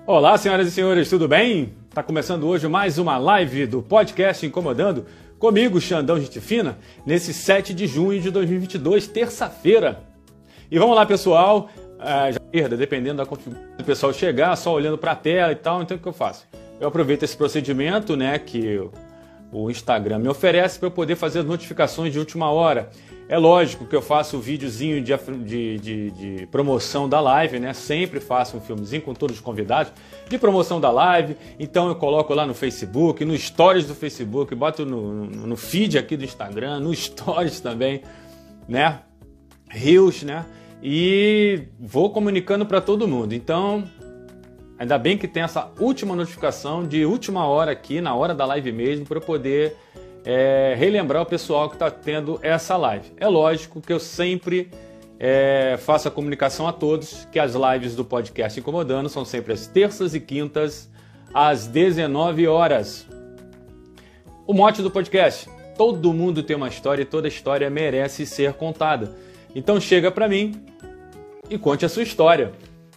Olá, senhoras e senhores, tudo bem? Tá começando hoje mais uma live do podcast Incomodando, comigo, Xandão Gente Fina, nesse 7 de junho de 2022, terça-feira. E vamos lá, pessoal, dependendo da configuração do pessoal chegar, só olhando para a tela e tal, então o que eu faço? Eu aproveito esse procedimento, né, que o Instagram me oferece para eu poder fazer as notificações de última hora. É lógico que eu faço o videozinho de promoção da live, né? Sempre faço um filmezinho com todos os convidados de promoção da live. Então eu coloco lá no Facebook, no Stories do Facebook, boto no feed aqui do Instagram, no Stories também, né? Reels, né? E vou comunicando para todo mundo. Então, ainda bem que tem essa última notificação de última hora aqui, na hora da live mesmo, para eu poder relembrar o pessoal que está tendo essa live. É lógico que eu sempre faço a comunicação a todos que as lives do podcast Incomodando são sempre às terças e quintas, às 19 horas. O mote do podcast: todo mundo tem uma história e toda história merece ser contada. Então chega para mim e conte a sua história.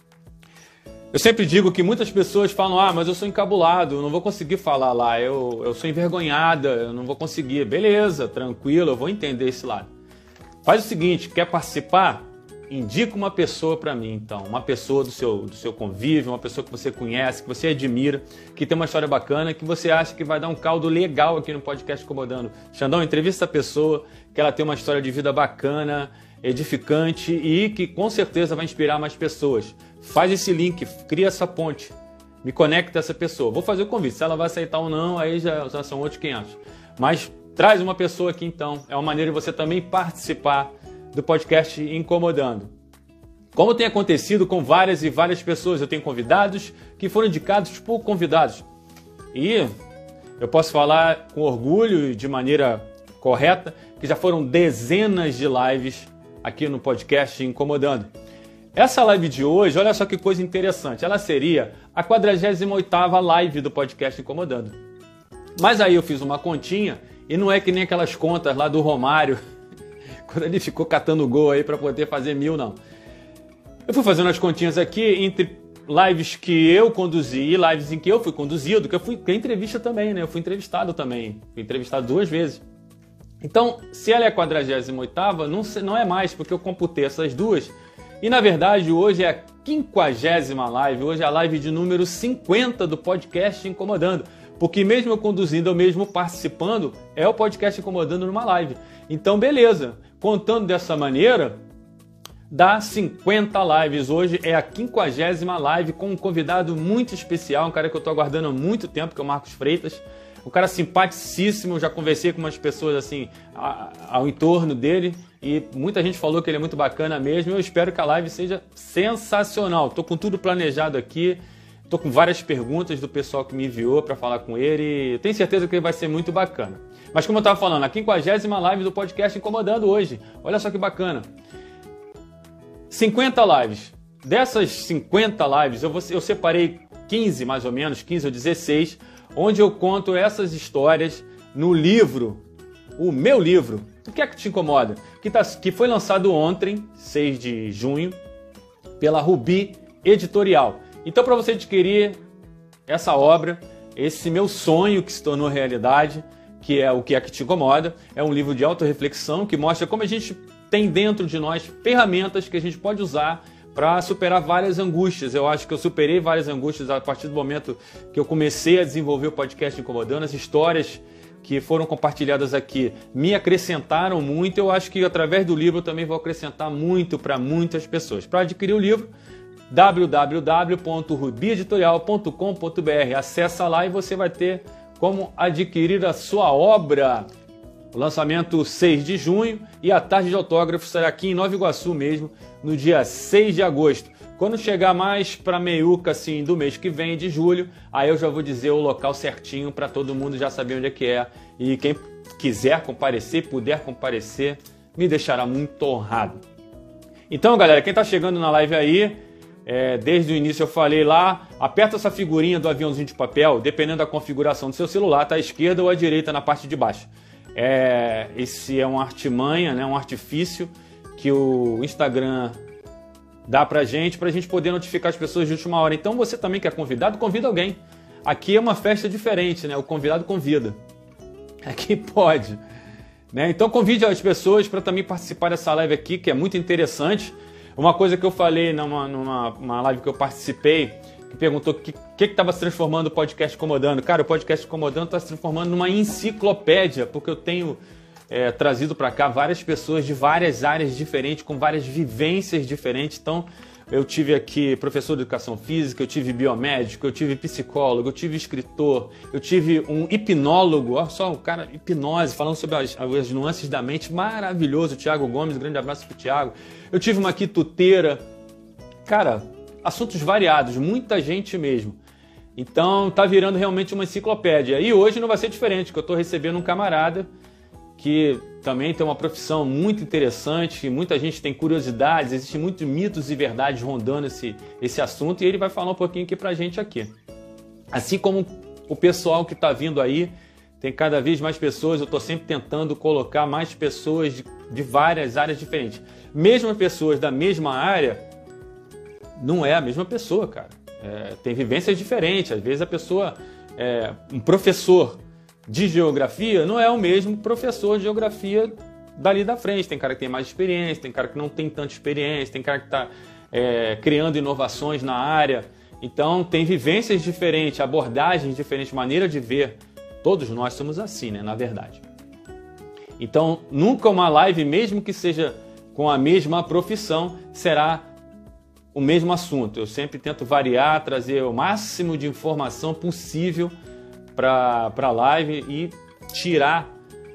Eu sempre digo que muitas pessoas falam: mas eu sou encabulado, eu não vou conseguir falar lá, eu sou envergonhada, eu não vou conseguir. Beleza, tranquilo, eu vou entender esse lado. Faz o seguinte, quer participar? Indica uma pessoa para mim, então. Uma pessoa do seu convívio, uma pessoa que você conhece, que você admira, que tem uma história bacana, que você acha que vai dar um caldo legal aqui no podcast Incomodando. Xandão, entrevista a pessoa, que ela tem uma história de vida bacana, edificante e que com certeza vai inspirar mais pessoas. Faz esse link, cria essa ponte, me conecta a essa pessoa. Vou fazer o convite, se ela vai aceitar ou não, aí já são outros 500. Mas traz uma pessoa aqui então, é uma maneira de você também participar do podcast Incomodando. Como tem acontecido com várias e várias pessoas, eu tenho convidados que foram indicados por convidados. E eu posso falar com orgulho e de maneira correta que já foram dezenas de lives aqui no podcast Incomodando. Essa live de hoje, olha só que coisa interessante, ela seria a 48ª live do podcast Incomodando. Mas aí eu fiz uma continha e não é que nem aquelas contas lá do Romário, quando ele ficou catando gol aí para poder fazer 1000, não. Eu fui fazendo as continhas aqui entre lives que eu conduzi e lives em que eu fui conduzido, que é entrevista também, né? Eu fui entrevistado também, fui entrevistado 2 vezes. Então, se ela é a 48ª, não é mais, porque eu computei essas duas. E, na verdade, hoje é a 50ª live, hoje é a live de número 50 do podcast Incomodando. Porque mesmo eu conduzindo, eu mesmo participando, é o podcast Incomodando numa live. Então, beleza. Contando dessa maneira, dá 50 lives. Hoje é a 50ª live com um convidado muito especial, um cara que eu estou aguardando há muito tempo, que é o Marcos Freitas. Um cara simpaticíssimo, já conversei com umas pessoas assim ao entorno dele e muita gente falou que ele é muito bacana mesmo. Eu espero que a live seja sensacional. Estou com tudo planejado aqui, estou com várias perguntas do pessoal que me enviou para falar com ele. Tenho certeza que ele vai ser muito bacana. Mas como eu estava falando, a 50ª live do podcast Incomodando hoje. Olha só que bacana. 50 lives. Dessas 50 lives, eu separei 15 mais ou menos, 15 ou 16, onde eu conto essas histórias no livro, o meu livro, O que é que te incomoda? Que foi lançado ontem, 6 de junho, pela Rubi Editorial. Então, para você adquirir essa obra, esse meu sonho que se tornou realidade, que é O que é que te incomoda, é um livro de autorreflexão que mostra como a gente tem dentro de nós ferramentas que a gente pode usar para superar várias angústias. Eu acho que eu superei várias angústias a partir do momento que eu comecei a desenvolver o podcast Incomodando. As histórias que foram compartilhadas aqui me acrescentaram muito. Eu acho que através do livro eu também vou acrescentar muito para muitas pessoas. Para adquirir o livro, www.rubieditorial.com.br. Acessa lá e você vai ter como adquirir a sua obra. O lançamento 6 de junho e a tarde de autógrafo será aqui em Nova Iguaçu mesmo, no dia 6 de agosto. Quando chegar mais para meiuca assim, do mês que vem, de julho, aí eu já vou dizer o local certinho para todo mundo já saber onde é que é. E quem quiser comparecer, puder comparecer, me deixará muito honrado. Então, galera, quem está chegando na live aí, desde o início eu falei lá, aperta essa figurinha do aviãozinho de papel, dependendo da configuração do seu celular, tá à esquerda ou à direita na parte de baixo. Esse é uma artimanha, né, um artifício que o Instagram dar pra gente poder notificar as pessoas de última hora. Então você também que é convidado, convida alguém. Aqui é uma festa diferente, né? O convidado convida. Aqui pode. Né? Então convide as pessoas para também participar dessa live aqui, que é muito interessante. Uma coisa que eu falei numa live que eu participei, que perguntou o que estava se transformando o podcast Incomodando. Cara, o podcast Incomodando está se transformando numa enciclopédia, porque eu tenho trazido para cá várias pessoas de várias áreas diferentes, com várias vivências diferentes. Então, eu tive aqui professor de educação física, eu tive biomédico, eu tive psicólogo, eu tive escritor, eu tive um hipnólogo, olha só, o cara, hipnose, falando sobre as nuances da mente, maravilhoso, o Thiago Gomes, grande abraço pro Thiago. Eu tive uma quituteira, cara, assuntos variados, muita gente mesmo. Então, tá virando realmente uma enciclopédia. E hoje não vai ser diferente, que eu tô recebendo um camarada que também tem uma profissão muito interessante, muita gente tem curiosidades, existem muitos mitos e verdades rondando esse assunto, e ele vai falar um pouquinho aqui pra gente aqui. Assim como o pessoal que está vindo aí, tem cada vez mais pessoas, eu estou sempre tentando colocar mais pessoas de várias áreas diferentes. Mesmo pessoas da mesma área, não é a mesma pessoa, cara. Tem vivências diferentes, às vezes a pessoa, um professor de geografia não é o mesmo professor de geografia dali da frente. Tem cara que tem mais experiência, tem cara que não tem tanta experiência, tem cara que está criando inovações na área. Então tem vivências diferentes, abordagens diferentes, maneira de ver. Todos nós somos assim, né? Na verdade. Então nunca uma live, mesmo que seja com a mesma profissão, será o mesmo assunto. Eu sempre tento variar, trazer o máximo de informação possível para a live e tirar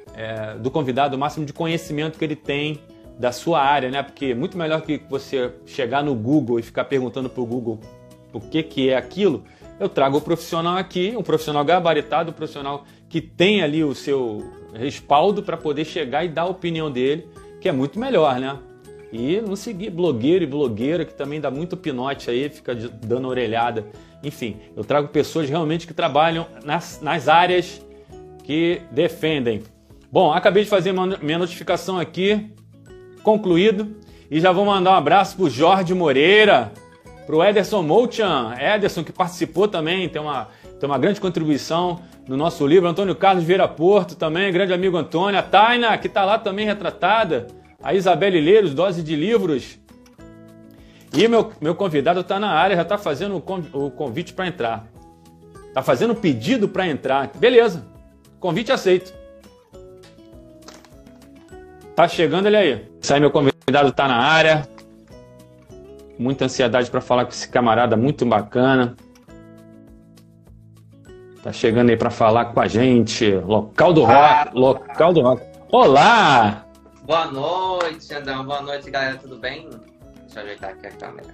do convidado o máximo de conhecimento que ele tem da sua área, né? Porque é muito melhor que você chegar no Google e ficar perguntando para o Google o que é aquilo. Eu trago o profissional aqui, um profissional gabaritado, um profissional que tem ali o seu respaldo para poder chegar e dar a opinião dele, que é muito melhor, né? E não seguir blogueiro e blogueira, que também dá muito pinote aí, fica dando orelhada. Enfim, eu trago pessoas realmente que trabalham nas áreas que defendem. Bom, acabei de fazer minha notificação aqui, concluído. E já vou mandar um abraço pro Jorge Moreira, pro Ederson Mouchan. Ederson, que participou também, tem uma grande contribuição no nosso livro. Antônio Carlos Vieira Porto também, grande amigo Antônio. A Taina, que está lá também retratada. A Isabelle Leiros, Dose de Livros. E meu convidado está na área, já está fazendo o convite para entrar. Está fazendo o pedido para entrar. Beleza, convite aceito. Tá chegando ele aí. Isso aí, meu convidado está na área. Muita ansiedade para falar com esse camarada muito bacana. Tá chegando aí para falar com a gente. Local do Rock. Local do Rock. Olá! Boa noite, Xandão. Boa noite, galera. Tudo bem? Deixa eu ajeitar aqui a câmera.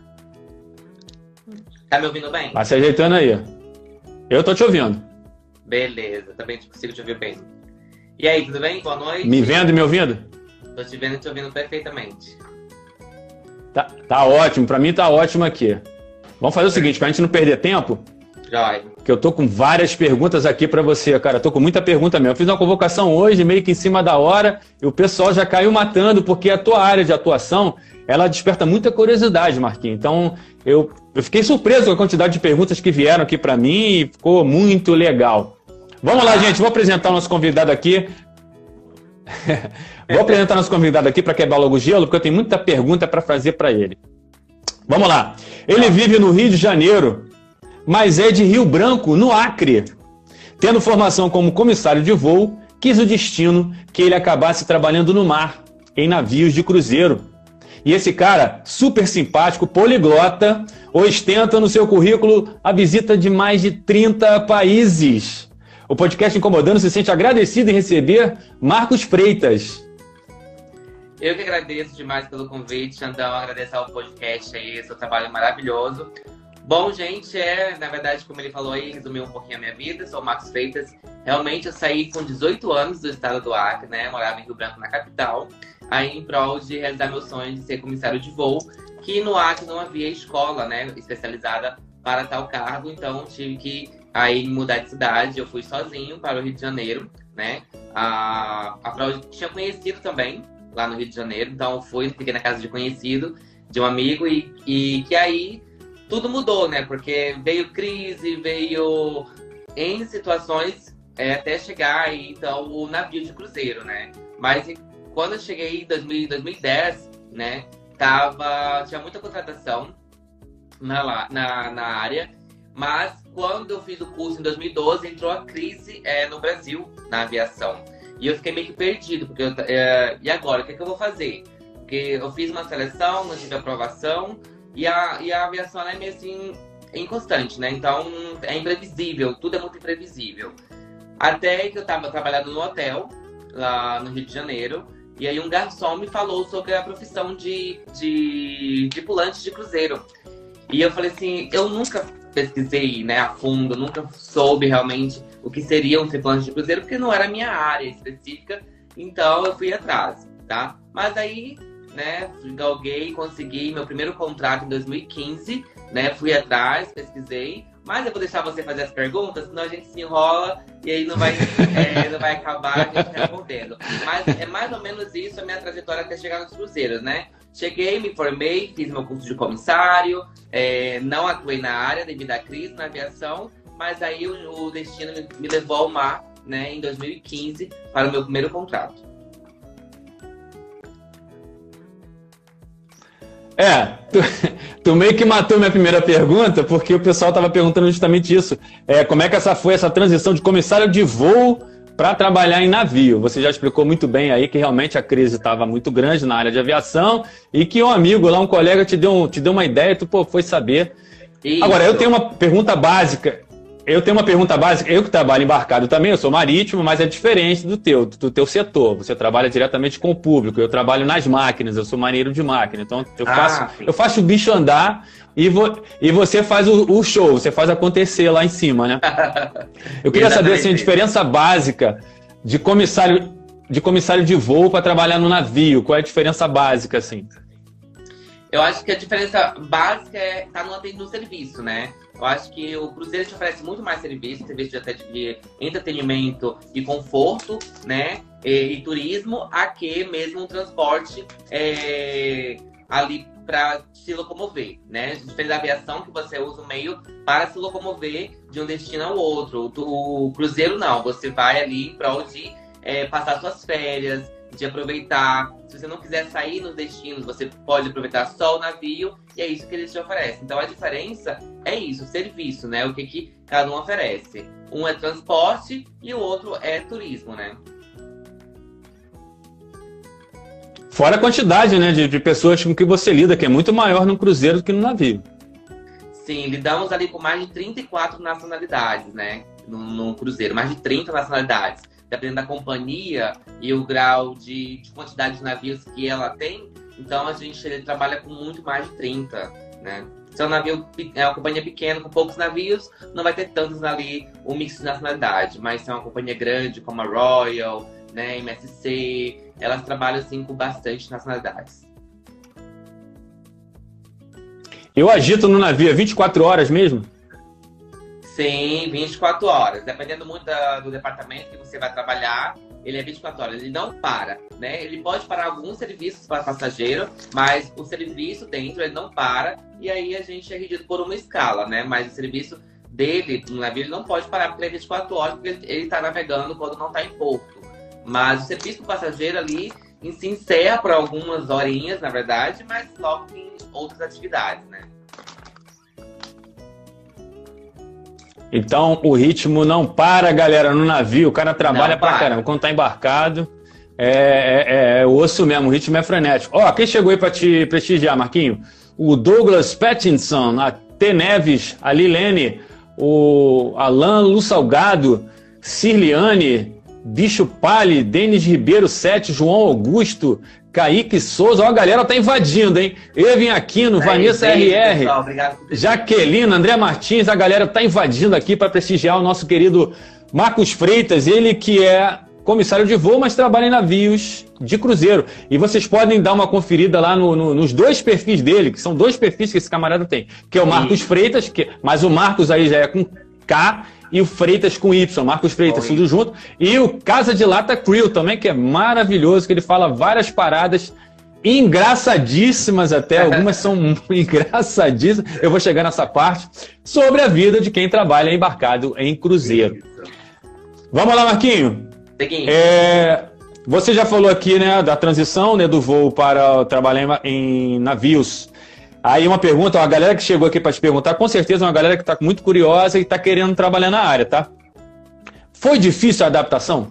Tá me ouvindo bem? Vai se ajeitando aí. Eu tô te ouvindo. Beleza, também consigo te ouvir bem. E aí, tudo bem? Boa noite. Me vendo e me ouvindo? Tô te vendo e te ouvindo perfeitamente. Tá ótimo, pra mim tá ótimo aqui. Vamos fazer o seguinte, pra gente não perder tempo. Joia. Que eu tô com várias perguntas aqui pra você, cara. Eu tô com muita pergunta mesmo. Eu fiz uma convocação hoje, meio que em cima da hora, e o pessoal já caiu matando, porque a tua área de atuação, ela desperta muita curiosidade, Marquinhos. Então, eu fiquei surpreso com a quantidade de perguntas que vieram aqui pra mim e ficou muito legal. Vamos lá, gente. Vou apresentar o nosso convidado aqui. Vou apresentar nosso convidado aqui para quebrar logo o gelo, porque eu tenho muita pergunta para fazer para ele. Vamos lá. Ele vive no Rio de Janeiro, mas é de Rio Branco, no Acre. Tendo formação como comissário de voo, quis o destino que ele acabasse trabalhando no mar, em navios de cruzeiro. E esse cara, super simpático, poliglota, ostenta no seu currículo a visita de mais de 30 países. O podcast Incomodando se sente agradecido em receber Marcos Freitas. Eu que agradeço demais pelo convite, Xandão. Agradecer ao podcast aí, seu trabalho maravilhoso. Bom, gente, na verdade, como ele falou aí, resumiu um pouquinho a minha vida. Sou o Marcos Freitas. Realmente, eu saí com 18 anos do estado do Acre, né? Morava em Rio Branco, na capital. Aí, em prol de realizar meu sonho de ser comissário de voo, que no Acre não havia escola, né? Especializada para tal cargo. Então, tive que aí mudar de cidade. Eu fui sozinho para o Rio de Janeiro, né? A prol tinha conhecido também lá no Rio de Janeiro. Então, fiquei na casa de conhecido. de um amigo e que aí tudo mudou, né? Porque veio crise, veio N situações até chegar aí, então, o navio de cruzeiro, né? Mas quando eu cheguei em 2010, né? Tinha muita contratação na área, mas quando eu fiz o curso em 2012, entrou a crise no Brasil, na aviação. E eu fiquei meio que perdido, porque e agora? O que eu vou fazer? Porque eu fiz uma seleção, não tive aprovação, e a aviação é meio assim, inconstante, né? Então, é imprevisível, tudo é muito imprevisível. Até que eu estava trabalhando no hotel, lá no Rio de Janeiro, e aí um garçom me falou sobre a profissão de tripulante de cruzeiro. E eu falei assim, eu nunca pesquisei, né, a fundo, nunca soube realmente o que seria um tripulante de cruzeiro, porque não era a minha área específica, então eu fui atrás, tá? Mas aí, né, galguei, consegui meu primeiro contrato em 2015, né, fui atrás, pesquisei, mas eu vou deixar você fazer as perguntas, senão a gente se enrola e aí não vai acabar a gente respondendo. Mas é mais ou menos isso a minha trajetória até chegar nos cruzeiros, né? Cheguei, me formei, fiz meu curso de comissário, não atuei na área devido à crise na aviação, mas aí o destino me levou ao mar, né, em 2015, para o meu primeiro contrato. Tu meio que matou minha primeira pergunta, porque o pessoal estava perguntando justamente isso. Como é que foi essa transição de comissário de voo para trabalhar em navio? Você já explicou muito bem aí que realmente a crise estava muito grande na área de aviação e que um amigo lá, um colega, te deu uma ideia e tu foi saber. Isso. Agora, eu tenho uma pergunta básica. Eu que trabalho embarcado também, eu sou marítimo, mas é diferente do teu setor. Você trabalha diretamente com o público, eu trabalho nas máquinas, eu sou marinheiro de máquina. Então eu faço o bicho andar e você faz o show, você faz acontecer lá em cima, né? Eu queria saber assim, a diferença básica de comissário de voo para trabalhar no navio. Qual é a diferença básica, assim? Eu acho que a diferença básica tá no serviço, né? Eu acho que o cruzeiro te oferece muito mais serviço de entretenimento e conforto, né? E turismo, a que mesmo um transporte ali para se locomover, né? Diferente da aviação, que você usa o meio para se locomover de um destino ao outro. O cruzeiro não, você vai ali em prol de passar suas férias, de aproveitar. Se você não quiser sair nos destinos, você pode aproveitar só o navio, e é isso que eles te oferecem. Então a diferença é isso, o serviço, né? O que cada um oferece. Um é transporte e o outro é turismo, né? Fora a quantidade, né, de pessoas com que você lida, que é muito maior no cruzeiro do que no navio. Sim, lidamos ali com mais de 34 nacionalidades, né? No cruzeiro, mais de 30 nacionalidades. Dependendo da companhia e o grau de quantidade de navios que ela tem, então a gente trabalha com muito mais de 30, né? Se é um navio, é uma companhia pequena, com poucos navios, não vai ter tantos ali o mix de nacionalidade. Mas se é uma companhia grande, como a Royal, né, MSC, elas trabalham assim com bastante nacionalidades. Eu agito no navio 24 horas mesmo? Sim, 24 horas. Dependendo muito do departamento que você vai trabalhar, ele é 24 horas. Ele não para, né? Ele pode parar alguns serviços para passageiro, mas o serviço dentro ele não para. E aí a gente é regido por uma escala, né? Mas o serviço dele no navio ele não pode parar porque ele é 24 horas, porque ele está navegando quando não está em porto. Mas o serviço do passageiro ali se encerra por algumas horinhas, na verdade, mas logo tem outras atividades, né? Então, o ritmo não para, galera, no navio. O cara trabalha pra caramba. Quando tá embarcado, é osso mesmo. O ritmo é frenético. Ó, quem chegou aí pra te prestigiar, Marquinho? O Douglas Pattinson, a T. Neves, a Lilene, o Alan Lu Salgado, Cirliane, Bicho Pali, Denis Ribeiro 7, João Augusto, Kaique Souza. Ó, a galera tá invadindo, hein? Evin Aquino, Vanessa RR, pessoal, obrigado. Jaqueline, André Martins, a galera tá invadindo aqui para prestigiar o nosso querido Marcos Freitas, ele que é comissário de voo, mas trabalha em navios de cruzeiro. E vocês podem dar uma conferida lá nos dois perfis dele, que são dois perfis que esse camarada tem, que é o Marcos Freitas, mas o Marcos aí já é com K, e o Freitas com Y, Marcos Freitas, tudo junto. E o Casa de Lata Crew também, que é maravilhoso, que ele fala várias paradas engraçadíssimas até, algumas são engraçadíssimas, eu vou chegar nessa parte, sobre a vida de quem trabalha embarcado em cruzeiro. Vamos lá, Marquinho? Seguinte. Você já falou aqui, né, da transição, né, do voo para trabalhar em navios. Aí uma pergunta, uma galera que chegou aqui para te perguntar, com certeza é uma galera que está muito curiosa e está querendo trabalhar na área, tá? Foi difícil a adaptação?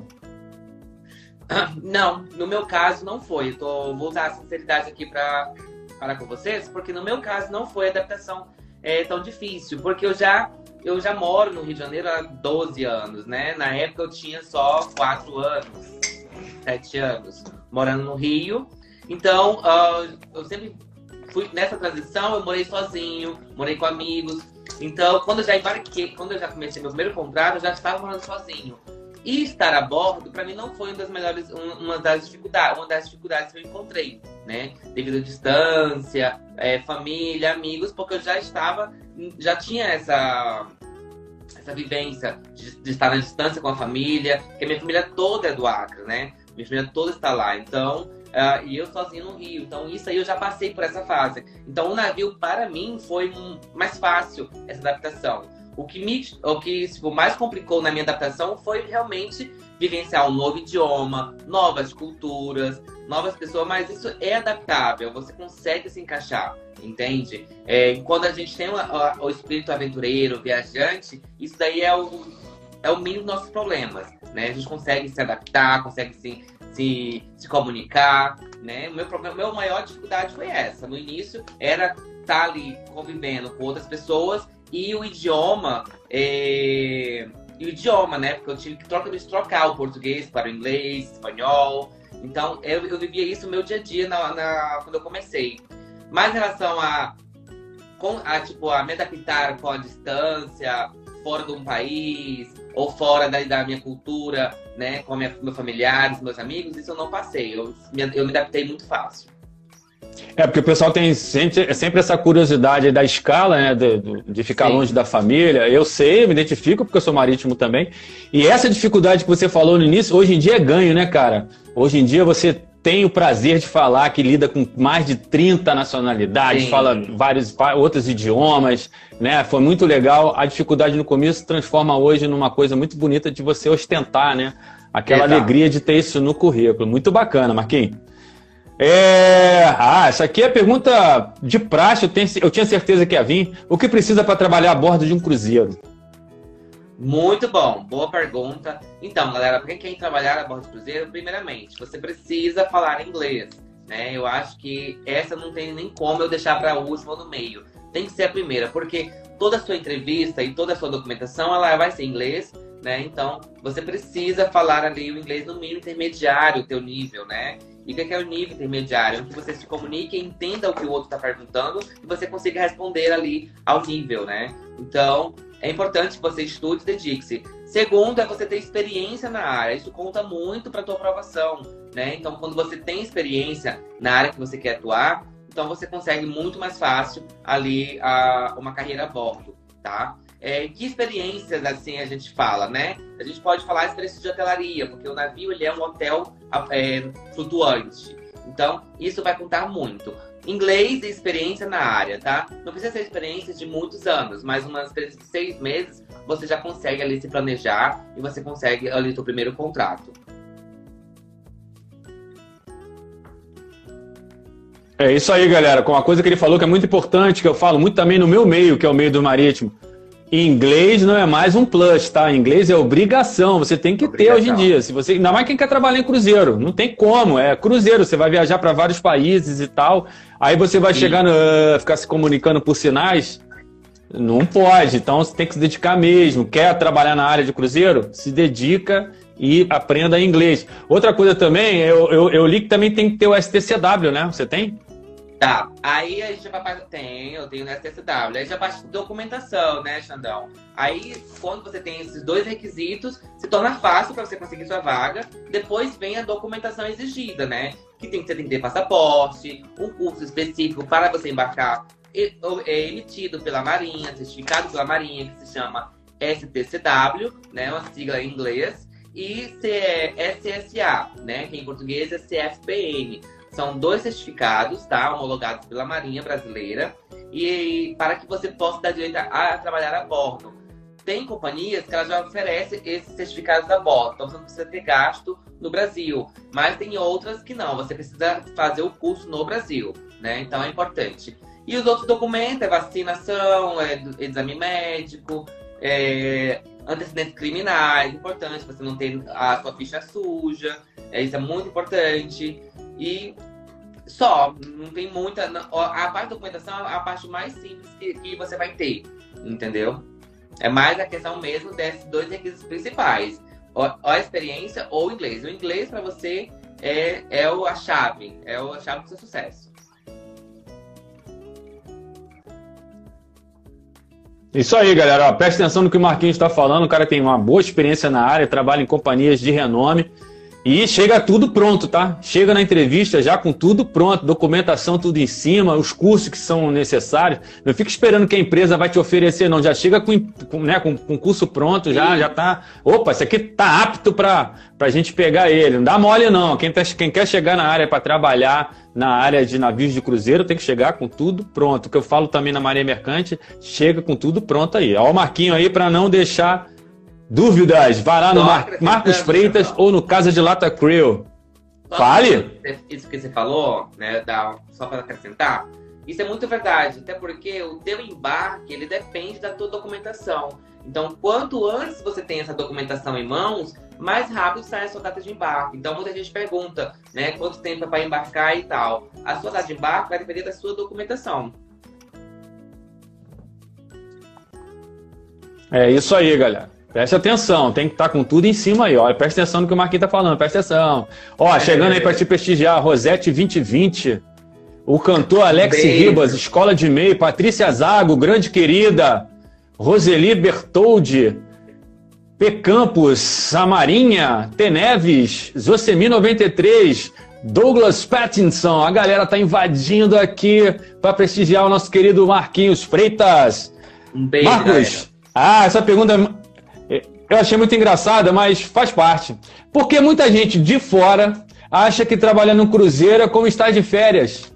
Não, no meu caso não foi. Vou usar a sinceridade aqui para falar com vocês, porque no meu caso não foi a adaptação tão difícil, porque eu já moro no Rio de Janeiro há 12 anos, né? Na época eu tinha só 4 anos, 7 anos, morando no Rio. Então, eu sempre fui nessa transição, eu morei sozinho, morei com amigos. Então, quando eu já embarquei, quando eu já comecei meu primeiro contrato, eu já estava morando sozinho. E estar a bordo, para mim, não foi uma das dificuldades que eu encontrei, né? Devido à distância, família, amigos, porque eu já tinha essa vivência de estar na distância com a família, porque minha família toda é do Acre, né? Minha família toda está lá, então, e eu sozinho no Rio. Então, isso aí eu já passei por essa fase. Então, o navio, para mim, foi mais fácil essa adaptação. O que mais complicou na minha adaptação foi realmente vivenciar um novo idioma, novas culturas, novas pessoas, mas isso é adaptável, você consegue se encaixar, entende? Quando a gente tem o espírito aventureiro, viajante, isso daí é o mínimo dos nossos problemas, né? A gente consegue se adaptar, consegue se comunicar, né? A minha maior dificuldade foi essa. No início, era estar ali convivendo com outras pessoas e o idioma, né? Porque eu tive que trocar o português para o inglês, espanhol. Então, eu vivia isso no meu dia a dia quando eu comecei. Mas em relação a me adaptar com a distância, fora de um país, ou fora da minha cultura, né? Com meus familiares, meus amigos, isso eu não passei. Eu me adaptei muito fácil. Porque o pessoal tem sempre essa curiosidade da escala, né, de ficar longe da família. Eu sei, me identifico porque eu sou marítimo também. E essa dificuldade que você falou no início, hoje em dia é ganho, né, cara? Hoje em dia você tem o prazer de falar que lida com mais de 30 nacionalidades, fala vários outros idiomas, né? Foi muito legal. A dificuldade no começo se transforma hoje numa coisa muito bonita de você ostentar, né? Aquela alegria de ter isso no currículo. Muito bacana, Marquinhos. Essa aqui é a pergunta de praxe, eu tinha certeza que ia vir. O que precisa para trabalhar a bordo de um cruzeiro? Muito bom, boa pergunta. Então, galera, para quem quer trabalhar a bordo de cruzeiro, primeiramente, você precisa falar inglês, né? Eu acho que essa não tem nem como eu deixar para a última no meio. Tem que ser a primeira, porque toda a sua entrevista e toda a sua documentação, ela vai ser em inglês, né? Então, você precisa falar ali o inglês no mínimo intermediário, o teu nível, né? E o que é o nível intermediário? Onde você se comunique, entenda o que o outro está perguntando e você consiga responder ali ao nível, né? Então, é importante que você estude e dedique-se. Segundo, é você ter experiência na área. Isso conta muito para a tua aprovação, né? Então, quando você tem experiência na área que você quer atuar, então você consegue muito mais fácil ali uma carreira a bordo, tá? Que experiências, assim, a gente fala, né? A gente pode falar experiência de hotelaria, porque o navio, ele é um hotel flutuante. Então, isso vai contar muito. Inglês e experiência na área, tá? Não precisa ser experiência de muitos anos, mas uma experiência de 6 meses, você já consegue ali se planejar e você consegue ali o seu primeiro contrato. É isso aí, galera. Com uma coisa que ele falou que é muito importante, que eu falo muito também no meu meio, que é o meio do marítimo. Inglês não é mais um plus, tá? Inglês é obrigação, você tem que ter hoje em dia. Ainda mais quem quer trabalhar em cruzeiro, não tem como, é cruzeiro, você vai viajar para vários países e tal, aí você vai chegar ficar se comunicando por sinais, não pode, então você tem que se dedicar mesmo. Quer trabalhar na área de cruzeiro? Se dedica e aprenda inglês. Outra coisa também, eu li que também tem que ter o STCW, né? Você tem? Tá, aí a gente vai eu tenho no STCW, aí já parte de documentação, né, Xandão? Aí, quando você tem esses 2 requisitos, se torna fácil para você conseguir sua vaga. Depois vem a documentação exigida, né? Que você tem que ter passaporte, um curso específico para você embarcar, emitido pela Marinha, certificado pela Marinha, que se chama STCW, né, uma sigla em inglês, e SSA, né, que em português é CFPN. são 2 certificados, tá? Homologados pela Marinha Brasileira, e para que você possa dar direito a trabalhar a bordo. Tem companhias que elas já oferecem esses certificados a bordo, então você não precisa ter gasto no Brasil. Mas tem outras que não, você precisa fazer o curso no Brasil, né? Então é importante. E os outros documentos é vacinação, é exame médico, antecedentes criminais, importante, você não ter a sua ficha suja, isso é muito importante. E só, não tem muita... A parte da documentação é a parte mais simples que você vai ter, entendeu? É mais a questão mesmo desses 2 requisitos principais. Ou a experiência ou o inglês. O inglês, para você, é a chave. É a chave do seu sucesso. Isso aí, galera. Ó, presta atenção no que o Marquinhos está falando. O cara tem uma boa experiência na área, trabalha em companhias de renome. E chega tudo pronto, tá? Chega na entrevista já com tudo pronto, documentação tudo em cima, os cursos que são necessários. Não fica esperando que a empresa vai te oferecer, não. Já chega com curso pronto, já tá... Opa, isso aqui tá apto pra gente pegar ele. Não dá mole, não. Quem quer chegar na área para trabalhar na área de navios de cruzeiro tem que chegar com tudo pronto. O que eu falo também na Marinha Mercante, chega com tudo pronto aí. Ó o Marquinho aí para não deixar... Dúvidas? Vai lá no Marcos Freitas ou no Casa de Lata Crew. Fale! Isso que você falou, né, só para acrescentar, isso é muito verdade, até porque o teu embarque, ele depende da tua documentação. Então, quanto antes você tem essa documentação em mãos, mais rápido sai a sua data de embarque. Então, muita gente pergunta, né, quanto tempo é para embarcar e tal. A sua data de embarque vai depender da sua documentação. É isso aí, galera. Preste atenção, tem que estar com tudo em cima aí, ó. Presta atenção no que o Marquinhos tá falando, presta atenção. Ó, chegando aí para te prestigiar, Rosete 2020, o cantor Alex Ribas, Escola de Meio, Patrícia Zago, grande querida, Roseli Bertoldi, P. Campos, Samarinha, T. Neves, Zocemi 93, Douglas Pattinson, a galera tá invadindo aqui para prestigiar o nosso querido Marquinhos Freitas. Um beijo, Marcos, essa pergunta... Eu achei muito engraçada, mas faz parte. Porque muita gente de fora acha que trabalhar no cruzeiro é como estar de férias.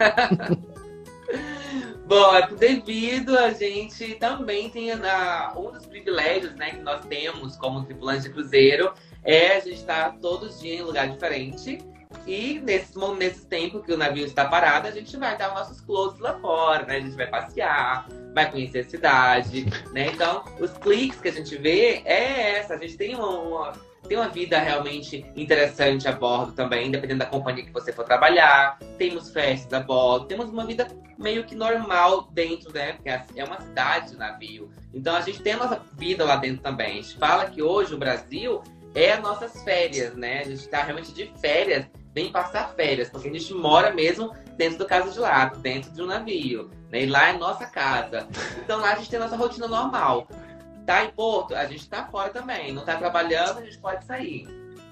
Bom, é devido a gente também tem um dos privilégios, né, que nós temos como tripulante de cruzeiro é a gente estar todos os dias em lugar diferente. E nesse tempo que o navio está parado, a gente vai dar nossos closes lá fora, né? A gente vai passear, vai conhecer a cidade, né? Então, os cliques que a gente vê a gente tem uma vida realmente interessante a bordo também, dependendo da companhia que você for trabalhar. Temos festas a bordo, temos uma vida meio que normal dentro, né? Porque é uma cidade, o navio. Então, a gente tem a nossa vida lá dentro também. A gente fala que hoje o Brasil é as nossas férias, né? A gente está realmente de férias, vem passar férias, porque a gente mora mesmo dentro do Casa de Lata, dentro de um navio, né? E lá é nossa casa. Então lá a gente tem a nossa rotina normal. Tá em Porto, a gente tá fora também. Não tá trabalhando, a gente pode sair.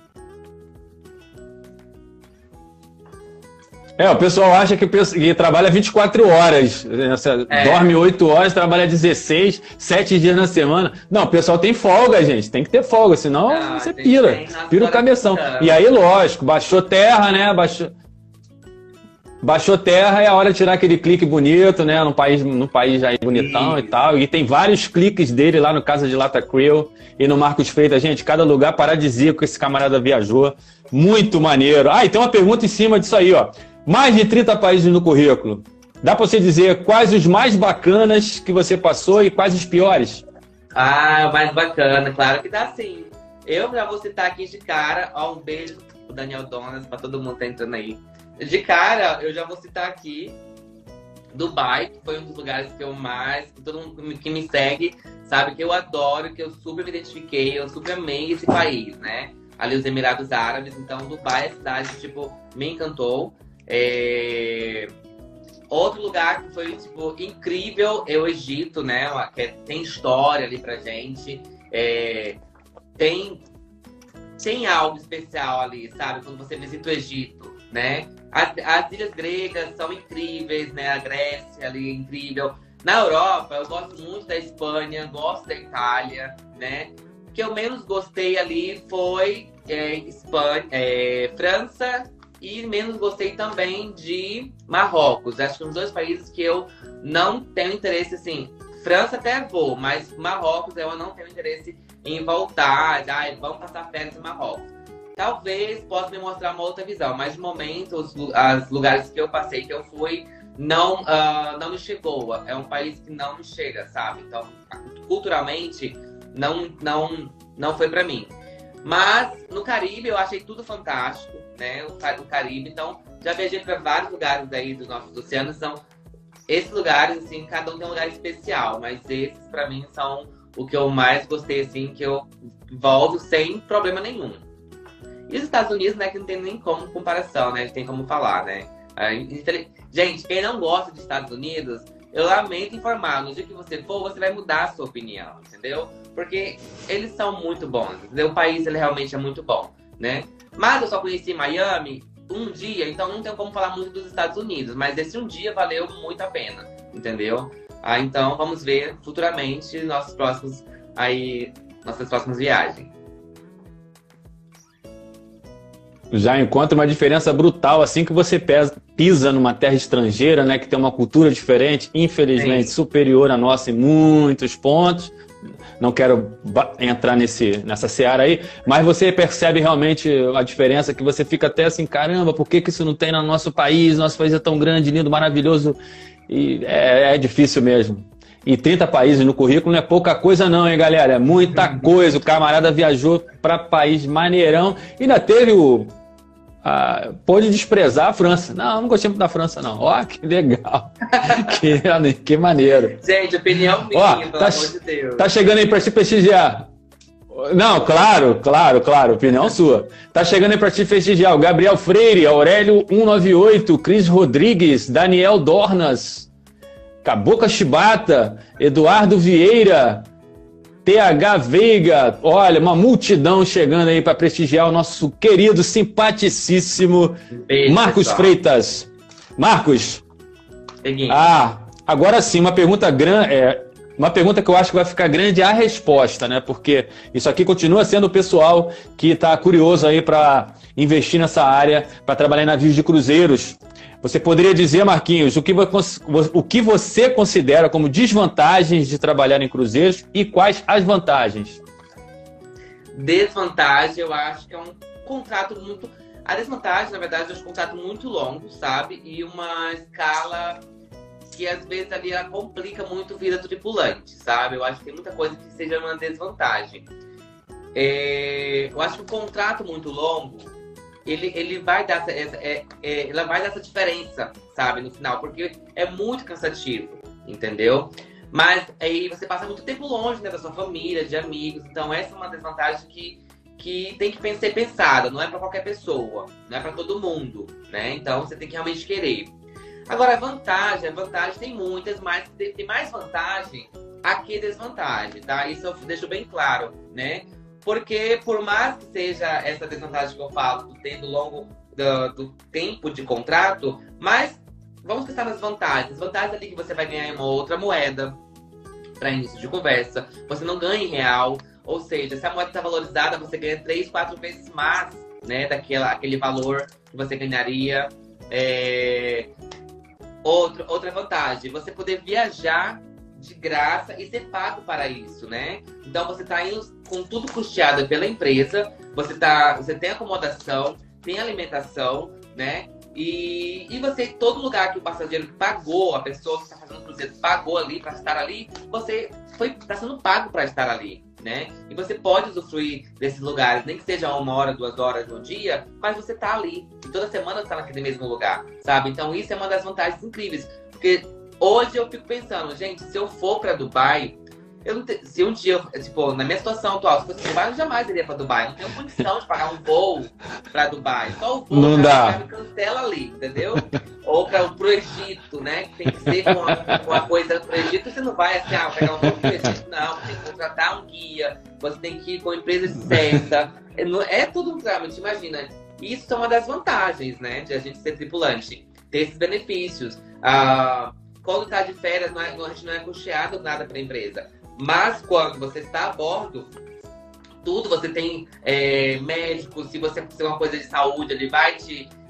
O pessoal acha que trabalha 24 horas, dorme 8 horas, trabalha 16, 7 dias na semana. Não, o pessoal tem folga, gente, tem que ter folga, senão você pira o cabeção. E aí, lógico, baixou terra, né, baixou terra, é a hora de tirar aquele clique bonito, né, num país aí bonitão e tal. E tem vários cliques dele lá no Casa de Lata Crew e no Marcos Freitas. Gente, cada lugar paradisíaco que esse camarada viajou. Muito maneiro. E tem uma pergunta em cima disso aí, ó. Mais de 30 países no currículo. Dá para você dizer quais os mais bacanas que você passou e quais os piores? O mais bacana, claro que dá sim. Eu já vou citar aqui de cara, ó, um beijo pro Daniel Donas, para todo mundo que tá entrando aí. De cara, eu já vou citar aqui Dubai, que foi um dos lugares que eu mais, que todo mundo que me segue sabe que eu adoro, que eu super me identifiquei, eu super amei esse país, né? Ali os Emirados Árabes, então Dubai é a cidade que, tipo, me encantou. Outro lugar que foi, tipo, incrível é o Egito, né? Tem história ali pra gente. Tem algo especial ali, sabe? Quando você visita o Egito, né? As ilhas gregas são incríveis, né? A Grécia ali é incrível. Na Europa, eu gosto muito da Espanha, gosto da Itália, né? O que eu menos gostei ali foi França E menos gostei também de Marrocos. Acho que são os dois países que eu não tenho interesse, assim. França até vou, mas Marrocos eu não tenho interesse em voltar. Vamos passar férias em Marrocos. Talvez possa me mostrar uma outra visão, mas de momento, os lugares que eu passei, que eu fui, não me chegou. É um país que não me chega, sabe? Então, culturalmente, não foi pra mim. Mas no Caribe eu achei tudo fantástico, né? O Caribe, então já viajei para vários lugares aí dos nossos oceanos. São esses lugares, assim, cada um tem um lugar especial, mas esses para mim são o que eu mais gostei, assim, que eu volto sem problema nenhum. E os Estados Unidos, né, que não tem nem como comparação, né? Tem como falar, né? Gente, quem não gosta dos Estados Unidos, eu lamento informar, no dia que você for, você vai mudar a sua opinião, entendeu? Porque eles são muito bons, entendeu? O país, ele realmente é muito bom, né? Mas eu só conheci Miami um dia, então não tenho como falar muito dos Estados Unidos, mas esse um dia valeu muito a pena, entendeu? Então vamos ver futuramente nossas próximas viagens. Já encontra uma diferença brutal assim que você pisa numa terra estrangeira, né, que tem uma cultura diferente, infelizmente superior à nossa em muitos pontos. Não quero entrar nessa seara aí, mas você percebe realmente a diferença, que você fica até assim, caramba, por que isso não tem no nosso país? Nosso país é tão grande, lindo, maravilhoso, e é difícil mesmo. E 30 países no currículo não é pouca coisa não, hein, galera? É muita coisa. O camarada viajou para país maneirão e ainda teve pôde desprezar a França. Não gostei muito da França, não. Ó, que legal. que maneiro. Gente, opinião minha, pelo amor de Deus. Tá chegando aí para te prestigiar. Não, claro. Opinião sua. Tá chegando aí para te prestigiar o Gabriel Freire, Aurélio 198, Cris Rodrigues, Daniel Dornas, Cabocla Chibata, Eduardo Vieira, TH Veiga, olha, uma multidão chegando aí para prestigiar o nosso querido, simpaticíssimo beijo, Marcos pessoal. Freitas. Marcos, agora sim, uma pergunta grande, uma pergunta que eu acho que vai ficar grande é a resposta, né? Porque isso aqui continua sendo o pessoal que está curioso aí para investir nessa área, para trabalhar em navios de cruzeiros. Você poderia dizer, Marquinhos, o que você considera como desvantagens de trabalhar em cruzeiros e quais as vantagens? Desvantagem, eu acho que é um contrato muito... A desvantagem, na verdade, é um contrato muito longo, sabe? E uma escala que, às vezes, ali ela complica muito a vida do tripulante, sabe? Eu acho que tem muita coisa que seja uma desvantagem. Eu acho que o contrato muito longo... Ele vai dar ela vai dar essa diferença, sabe, no final, porque é muito cansativo, entendeu? Mas aí você passa muito tempo longe, né, da sua família, de amigos, então essa é uma desvantagem que tem que ser pensada, não é para qualquer pessoa, não é para todo mundo, né? Então você tem que realmente querer. Agora a vantagem tem muitas, mas tem mais vantagem aqui desvantagem, tá? Isso eu deixo bem claro, né? Porque, por mais que seja essa desvantagem que eu falo, tendo longo do tempo de contrato, mas vamos pensar nas vantagens. As vantagens ali que você vai ganhar em uma outra moeda para início de conversa. Você não ganha em real, ou seja, se a moeda está valorizada, você ganha 3, 4 vezes mais, né, aquele valor que você ganharia. Outra vantagem, você poder viajar de graça e ser pago para isso, né? Então você está indo com tudo custeado pela empresa, você tem acomodação, tem alimentação, né? E você, todo lugar que o passageiro pagou, a pessoa que está fazendo o cruzeiro pagou ali para estar ali, você está sendo pago para estar ali, né? E você pode usufruir desses lugares, nem que seja 1 hora, 2 horas no dia, mas você está ali. E toda semana você está naquele mesmo lugar, sabe? Então isso é uma das vantagens incríveis, porque hoje eu fico pensando, gente, se eu for para Dubai, se um dia, tipo, na minha situação atual, se fosse Dubai, eu jamais iria para Dubai. Eu não tenho condição de pagar um voo para Dubai. Só o voo não dá. Me cancela ali, entendeu? Ou pro Egito, né? Que tem que ser com uma coisa pro Egito. Você não vai assim, pegar um voo pro Egito. Não, você tem que contratar um guia. Você tem que ir com a empresa certa. É tudo um trâmite, imagina. Isso é uma das vantagens, né? De a gente ser tripulante. Ter esses benefícios. Quando tá de férias, a gente não é custeado nada para a empresa. Mas quando você está a bordo, tudo você tem médico, se você precisa de uma coisa de saúde, ele vai te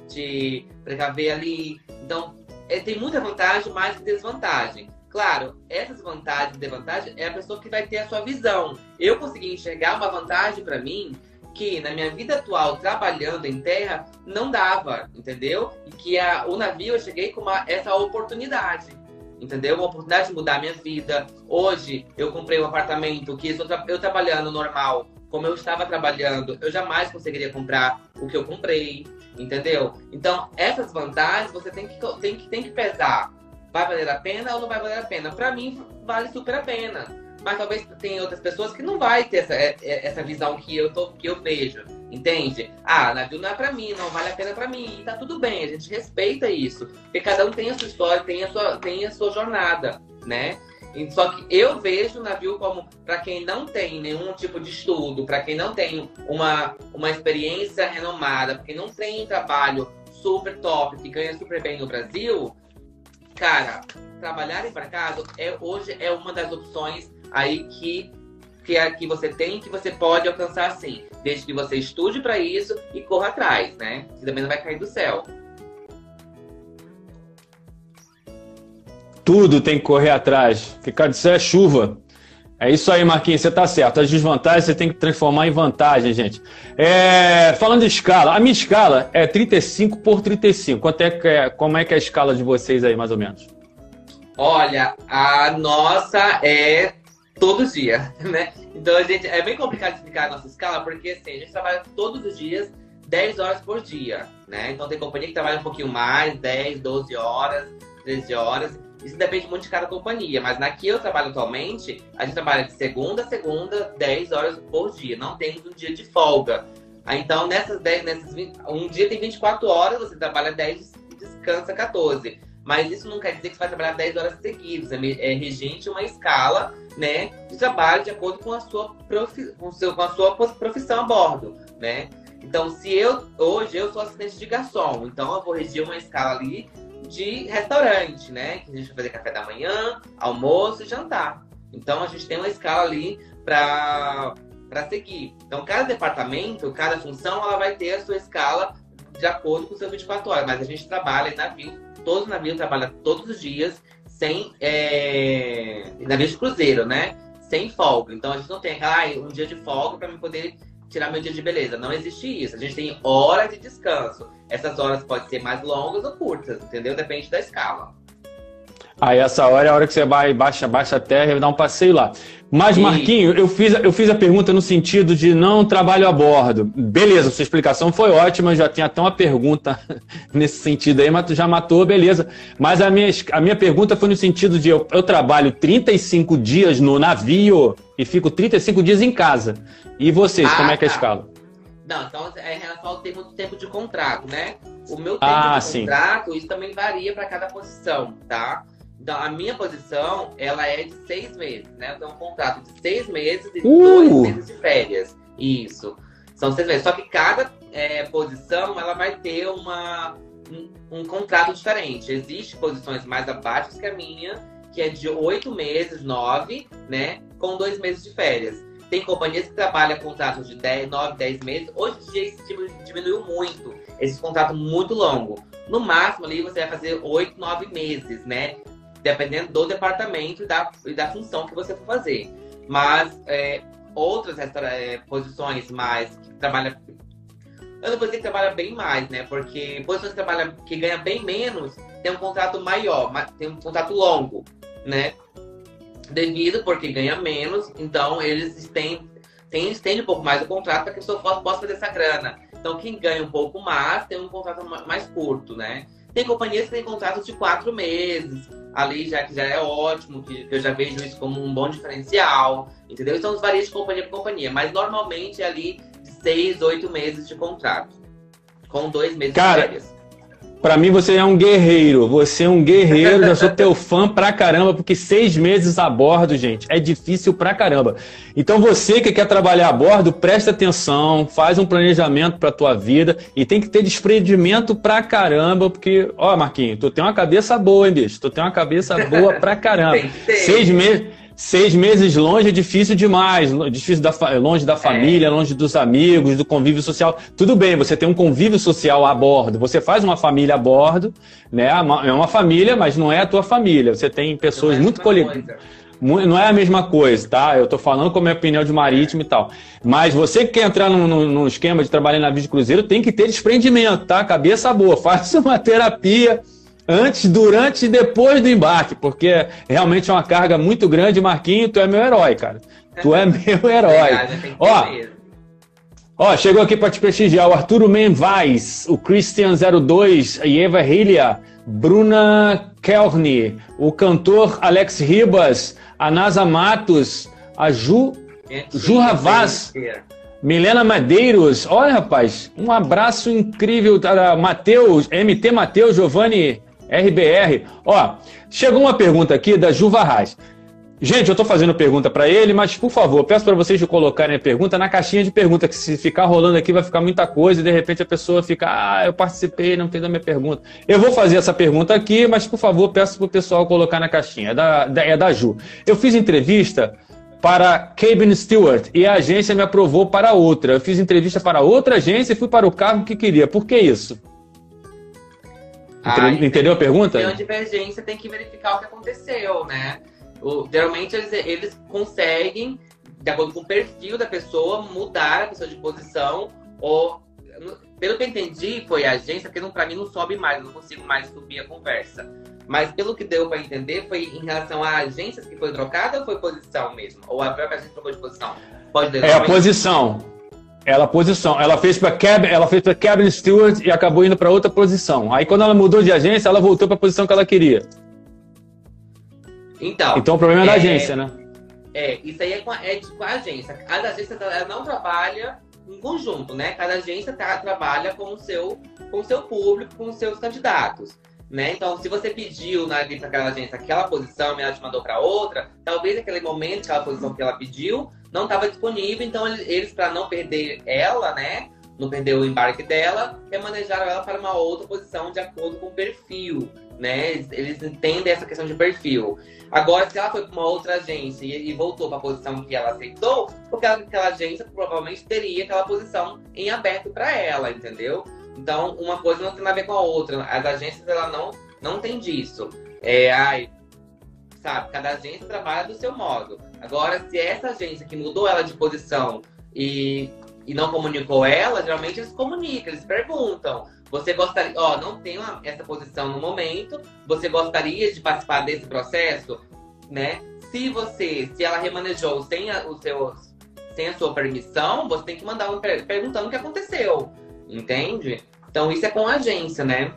te precaver ali. Então, tem muita vantagem mais que desvantagem. Claro, essas vantagens e desvantagens é a pessoa que vai ter a sua visão. Eu consegui enxergar uma vantagem para mim que na minha vida atual, trabalhando em terra, não dava, entendeu? E que o navio eu cheguei com essa oportunidade, entendeu? Uma oportunidade de mudar a minha vida. Hoje eu comprei um apartamento que eu trabalhando normal, como eu estava trabalhando, eu jamais conseguiria comprar o que eu comprei, entendeu? Então, essas vantagens você tem que pesar. Vai valer a pena ou não vai valer a pena? Para mim, vale super a pena. Mas talvez tenha outras pessoas que não vai ter essa visão que eu vejo, entende? Navio não é pra mim, não vale a pena pra mim. E tá tudo bem, a gente respeita isso. Porque cada um tem a sua história, tem a sua jornada, né? Só que eu vejo o navio como para quem não tem nenhum tipo de estudo, para quem não tem uma experiência renomada, para quem não tem um trabalho super top, que ganha super bem no Brasil, cara, trabalhar embarcado hoje é uma das opções aí que você tem, que você pode alcançar sim, desde que você estude para isso e corra atrás, né? Você também não vai cair do céu. Tudo tem que correr atrás. Ficar de céu é chuva. É isso aí, Marquinhos, você tá certo. As desvantagens você tem que transformar em vantagem, gente. Falando de escala, a minha escala é 35 por 35. Como é que é a escala de vocês aí, mais ou menos? Olha, a nossa é todo dia, né? Então, gente, é bem complicado explicar a nossa escala, porque assim, a gente trabalha todos os dias 10 horas por dia, né? Então tem companhia que trabalha um pouquinho mais, 10, 12 horas, 13 horas. Isso depende muito de cada companhia, mas na que eu trabalho atualmente, a gente trabalha de segunda a segunda, 10 horas por dia. Não temos um dia de folga. Então, um dia tem 24 horas, você trabalha 10 e descansa 14. Mas isso não quer dizer que você vai trabalhar 10 horas seguidas. É regente uma escala, né, de trabalho de acordo com a sua profissão a bordo, né? Então, hoje eu sou assistente de garçom, então eu vou regir uma escala ali de restaurante, né? Que a gente vai fazer café da manhã, almoço e jantar. Então, a gente tem uma escala ali para seguir. Então, cada departamento, cada função, ela vai ter a sua escala de acordo com o seu 24 horas. Mas a gente trabalha em navio, todo navio trabalha todos os dias, sem navio de cruzeiro, né? Sem folga. Então, a gente não tem um dia de folga para mim poder tirar meu dia de beleza. Não existe isso. A gente tem horas de descanso. Essas horas podem ser mais longas ou curtas, entendeu? Depende da escala. Aí essa hora é a hora que você vai, baixa a terra e dá um passeio lá. Mas, Marquinho, eu fiz a pergunta no sentido de não trabalho a bordo. Beleza, sua explicação foi ótima, já tinha até uma pergunta nesse sentido aí, mas tu já matou, beleza. Mas a minha pergunta foi no sentido de eu trabalho 35 dias no navio e fico 35 dias em casa. E vocês, como é que é a escala? Não, então é em relação ao tempo de contrato, né? O meu tempo de contrato, isso também varia para cada posição, tá? Então, a minha posição, ela é de 6 meses, né? Eu tenho um contrato de 6 meses e 2 meses de férias. Isso. São 6 meses. Só que cada posição, ela vai ter um contrato diferente. Existem posições mais abaixo que a minha, que é de 8 meses, 9, né? Com 2 meses de férias. Tem companhias que trabalham contratos de 9, 10 meses. Hoje em dia, isso diminuiu muito. Esse contrato muito longo. No máximo, ali, você vai fazer 8, 9 meses, né? Dependendo do departamento e da função que você for fazer. Mas outras posições mais que trabalham... Eu não vou dizer que trabalha bem mais, né? Porque posições que ganham bem menos tem um contrato maior, tem um contrato longo, né? Porque ganha menos, então eles estendem um pouco mais o contrato para que a pessoa possa fazer essa grana. Então quem ganha um pouco mais tem um contrato mais curto, né? Tem companhias que têm contratos de 4 meses, ali que já é ótimo, que eu já vejo isso como um bom diferencial, entendeu? Então varia de companhia para companhia, mas normalmente é ali de 6, 8 meses de contrato, com 2 meses de férias. Pra mim você é um guerreiro, eu sou teu fã pra caramba, porque 6 meses a bordo, gente, é difícil pra caramba. Então você que quer trabalhar a bordo, presta atenção, faz um planejamento pra tua vida e tem que ter desprendimento pra caramba, porque, ó, Marquinhos, tu tem uma cabeça boa, hein, bicho? Tu tem uma cabeça boa pra caramba. 6 6 meses longe é difícil demais, difícil longe da família, longe dos amigos, do convívio social. Tudo bem, você tem um convívio social a bordo, você faz uma família a bordo, né? É uma família, mas não é a tua família. Você tem pessoas muito coletivas. Não é a mesma coisa, tá? Eu tô falando como é a opinião de marítimo e tal. Mas você que quer entrar num esquema de trabalhar em navio de cruzeiro, tem que ter desprendimento, tá? Cabeça boa, faça uma terapia antes, durante e depois do embarque, porque realmente é uma carga muito grande. Marquinho, tu é meu herói, cara. Tu é meu herói. Ó, chegou aqui para te prestigiar o Arturo Menvais, o Christian02, a Eva Hillia, Bruna Kelny, o cantor Alex Ribas, a Nasa Matos, a Ju Ravaz, Milena Madeiros. Olha, rapaz, um abraço incrível para Mateus, MT Mateus, Giovanni RBR. Ó, chegou uma pergunta aqui da Ju Varraz. Gente, eu estou fazendo pergunta para ele, mas, por favor, peço para vocês de colocarem a pergunta na caixinha de pergunta, que se ficar rolando aqui vai ficar muita coisa e, de repente, a pessoa fica, eu participei, não fez a minha pergunta. Eu vou fazer essa pergunta aqui, mas, por favor, peço para o pessoal colocar na caixinha. É da Ju. Eu fiz entrevista para Cabin Steward e a agência me aprovou para outra. Eu fiz entrevista para outra agência e fui para o cargo que queria. Por que isso? Entendeu a pergunta? Tem uma divergência, tem que verificar o que aconteceu, né? Geralmente eles conseguem, de acordo com o perfil da pessoa, mudar a pessoa de posição. Ou, pelo que eu entendi, foi a agência, porque pra mim não sobe mais, eu não consigo mais subir a conversa. Mas pelo que deu pra entender, foi em relação a agências que foi trocada ou foi posição mesmo? Ou a própria agência trocou de posição? É a posição. Ela fez para Cabin Steward e acabou indo para outra posição. Aí quando ela mudou de agência, ela voltou para a posição que ela queria. Então o problema é da agência, né? Isso aí é com a agência. Cada agência ela não trabalha em conjunto, né? Cada agência trabalha com o seu público, com os seus candidatos, né? Então, se você pediu para aquela agência aquela posição e ela te mandou para outra, talvez naquele momento, aquela posição que ela pediu não estava disponível, então eles, para não perder ela, né? Não perder o embarque dela, remanejaram ela para uma outra posição de acordo com o perfil, né? Eles entendem essa questão de perfil. Agora, se ela foi para uma outra agência e voltou para a posição que ela aceitou, porque aquela agência provavelmente teria aquela posição em aberto para ela, entendeu? Então, uma coisa não tem a ver com a outra. As agências, ela não tem disso. Sabe, cada agência trabalha do seu modo. Agora, se essa agência que mudou ela de posição e não comunicou ela, geralmente eles comunicam, eles perguntam. Você gostaria, não tem essa posição no momento, você gostaria de participar desse processo, né? Se ela remanejou sem a sua permissão, você tem que mandar perguntando o que aconteceu, entende? Então isso é com a agência, né?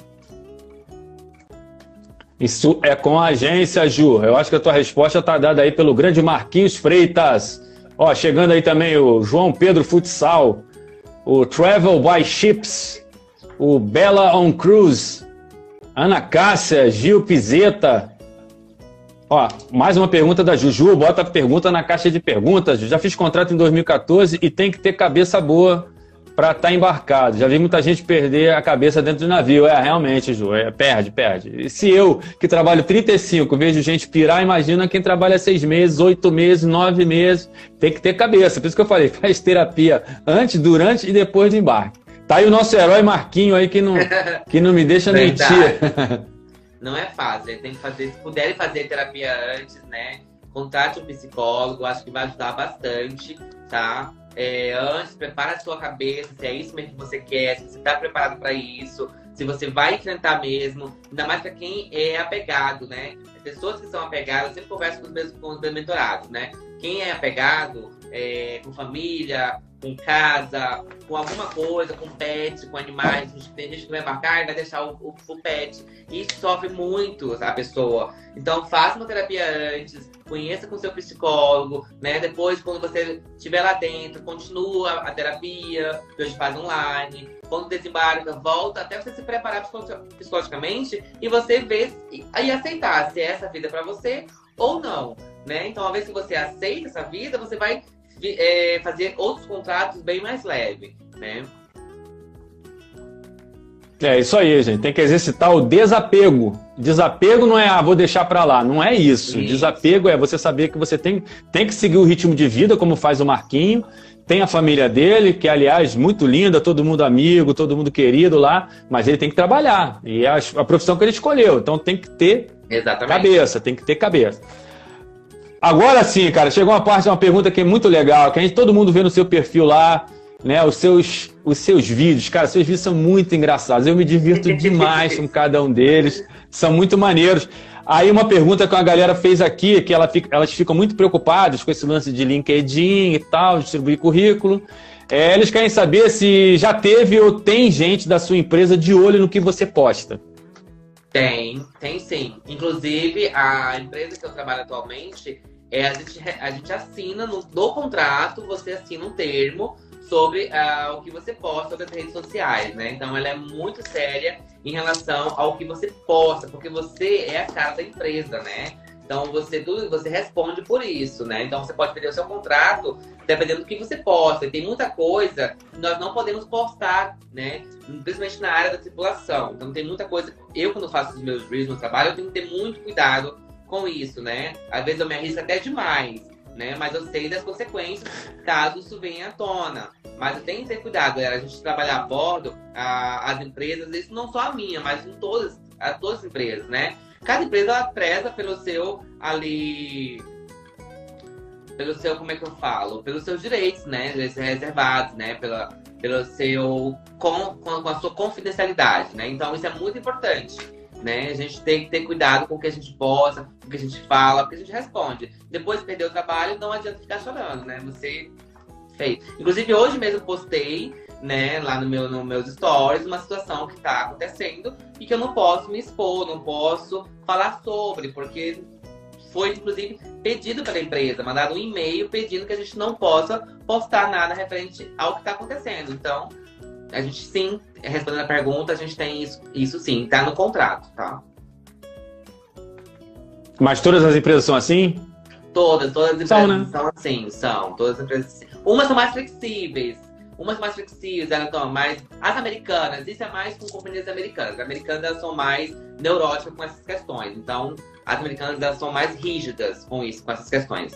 Isso é com a agência, Ju. Eu acho que a tua resposta está dada aí pelo grande Marquinhos Freitas. Ó, chegando aí também o João Pedro Futsal, o Travel by Ships, o Bella on Cruise, Ana Cássia, Gil Pizeta. Ó, mais uma pergunta da Juju, bota a pergunta na caixa de perguntas. Já fiz contrato em 2014 e tem que ter cabeça boa para estar embarcado. Já vi muita gente perder a cabeça dentro do navio. Realmente, Ju, perde. E se eu, que trabalho 35, vejo gente pirar, imagina quem trabalha 6 meses, 8 meses, 9 meses. Tem que ter cabeça. Por isso que eu falei, faz terapia antes, durante e depois do embarque. Tá aí o nosso herói Marquinho aí que não me deixa mentir. Não é fácil, tem que fazer, se puderem fazer terapia antes, né? Contrate um psicólogo, acho que vai ajudar bastante, tá? Antes, prepara a sua cabeça, se é isso mesmo que você quer, se você está preparado para isso, se você vai enfrentar mesmo, ainda mais para quem é apegado, né? As pessoas que são apegadas, eu sempre converso com os meus mentorados, né? Quem é apegado, com família, com casa, com alguma coisa, com pet, com animais, tem gente que vai embarcar e vai deixar o pet. E isso sofre muito a pessoa. Então, faça uma terapia antes, conheça com seu psicólogo, né? Depois, quando você estiver lá dentro, continua a terapia, que hoje faz online. Quando desembarca, volta até você se preparar psicologicamente e você ver e aceitar se é essa vida para você ou não, né? Então, uma vez que você aceita essa vida, você vai fazer outros contratos bem mais leves, né? É isso aí, gente. Tem que exercitar o desapego. Desapego não é, vou deixar pra lá. Não é isso. Desapego é você saber que você tem que seguir o ritmo de vida, como faz o Marquinho. Tem a família dele, que, aliás, muito linda, todo mundo amigo, todo mundo querido lá, mas ele tem que trabalhar. E é a profissão que ele escolheu. Então tem que ter cabeça, tem que ter cabeça. Agora sim, cara, chegou uma pergunta que é muito legal, que todo mundo vê no seu perfil lá, né? Os seus vídeos, cara, seus vídeos são muito engraçados. Eu me divirto demais com cada um deles, são muito maneiros. Aí uma pergunta que a galera fez aqui, que elas ficam muito preocupadas com esse lance de LinkedIn e tal, distribuir currículo. Eles querem saber se já teve ou tem gente da sua empresa de olho no que você posta. Tem sim. Inclusive, a empresa que eu trabalho atualmente, a gente assina no contrato, você assina um termo sobre o que você posta sobre as redes sociais, né? Então, ela é muito séria em relação ao que você posta, porque você é a cara da empresa, né? Então, você responde por isso, né? Então, você pode perder o seu contrato dependendo do que você posta. E tem muita coisa que nós não podemos postar, né? Principalmente na área da tripulação. Então, tem muita coisa... Eu, quando faço os meus reels no trabalho, eu tenho que ter muito cuidado com isso, né? Às vezes eu me arrisco até demais, né? Mas eu sei das consequências caso isso venha à tona. Mas eu tenho que ter cuidado, galera. A gente trabalhar a bordo, as empresas, isso não só a minha, mas em todas as empresas, né? Cada empresa, ela preza pelo seu, como é que eu falo? Pelos seus direitos, né? Reservados, né? Pelo seu, com a sua confidencialidade, né? Então, isso é muito importante, né? A gente tem que ter cuidado com o que a gente posta, com o que a gente fala, porque a gente responde. Depois de perder o trabalho, não adianta ficar chorando, né? Você fez. Inclusive, hoje mesmo postei, né, lá nos meus stories, uma situação que está acontecendo e que eu não posso me expor, não posso falar sobre, porque foi, inclusive, pedido pela empresa, mandado um e-mail pedindo que a gente não possa postar nada referente ao que está acontecendo. Então, a gente sim, respondendo a pergunta, a gente tem isso sim, tá no contrato, tá? Mas todas as empresas são assim? Todas as empresas são, né? São assim, são. Todas as empresas assim. Umas são mais flexíveis, elas estão mais... As americanas, isso é mais com companhias americanas. As americanas, elas são mais neuróticas com essas questões. Então, as americanas, elas são mais rígidas com isso, com essas questões.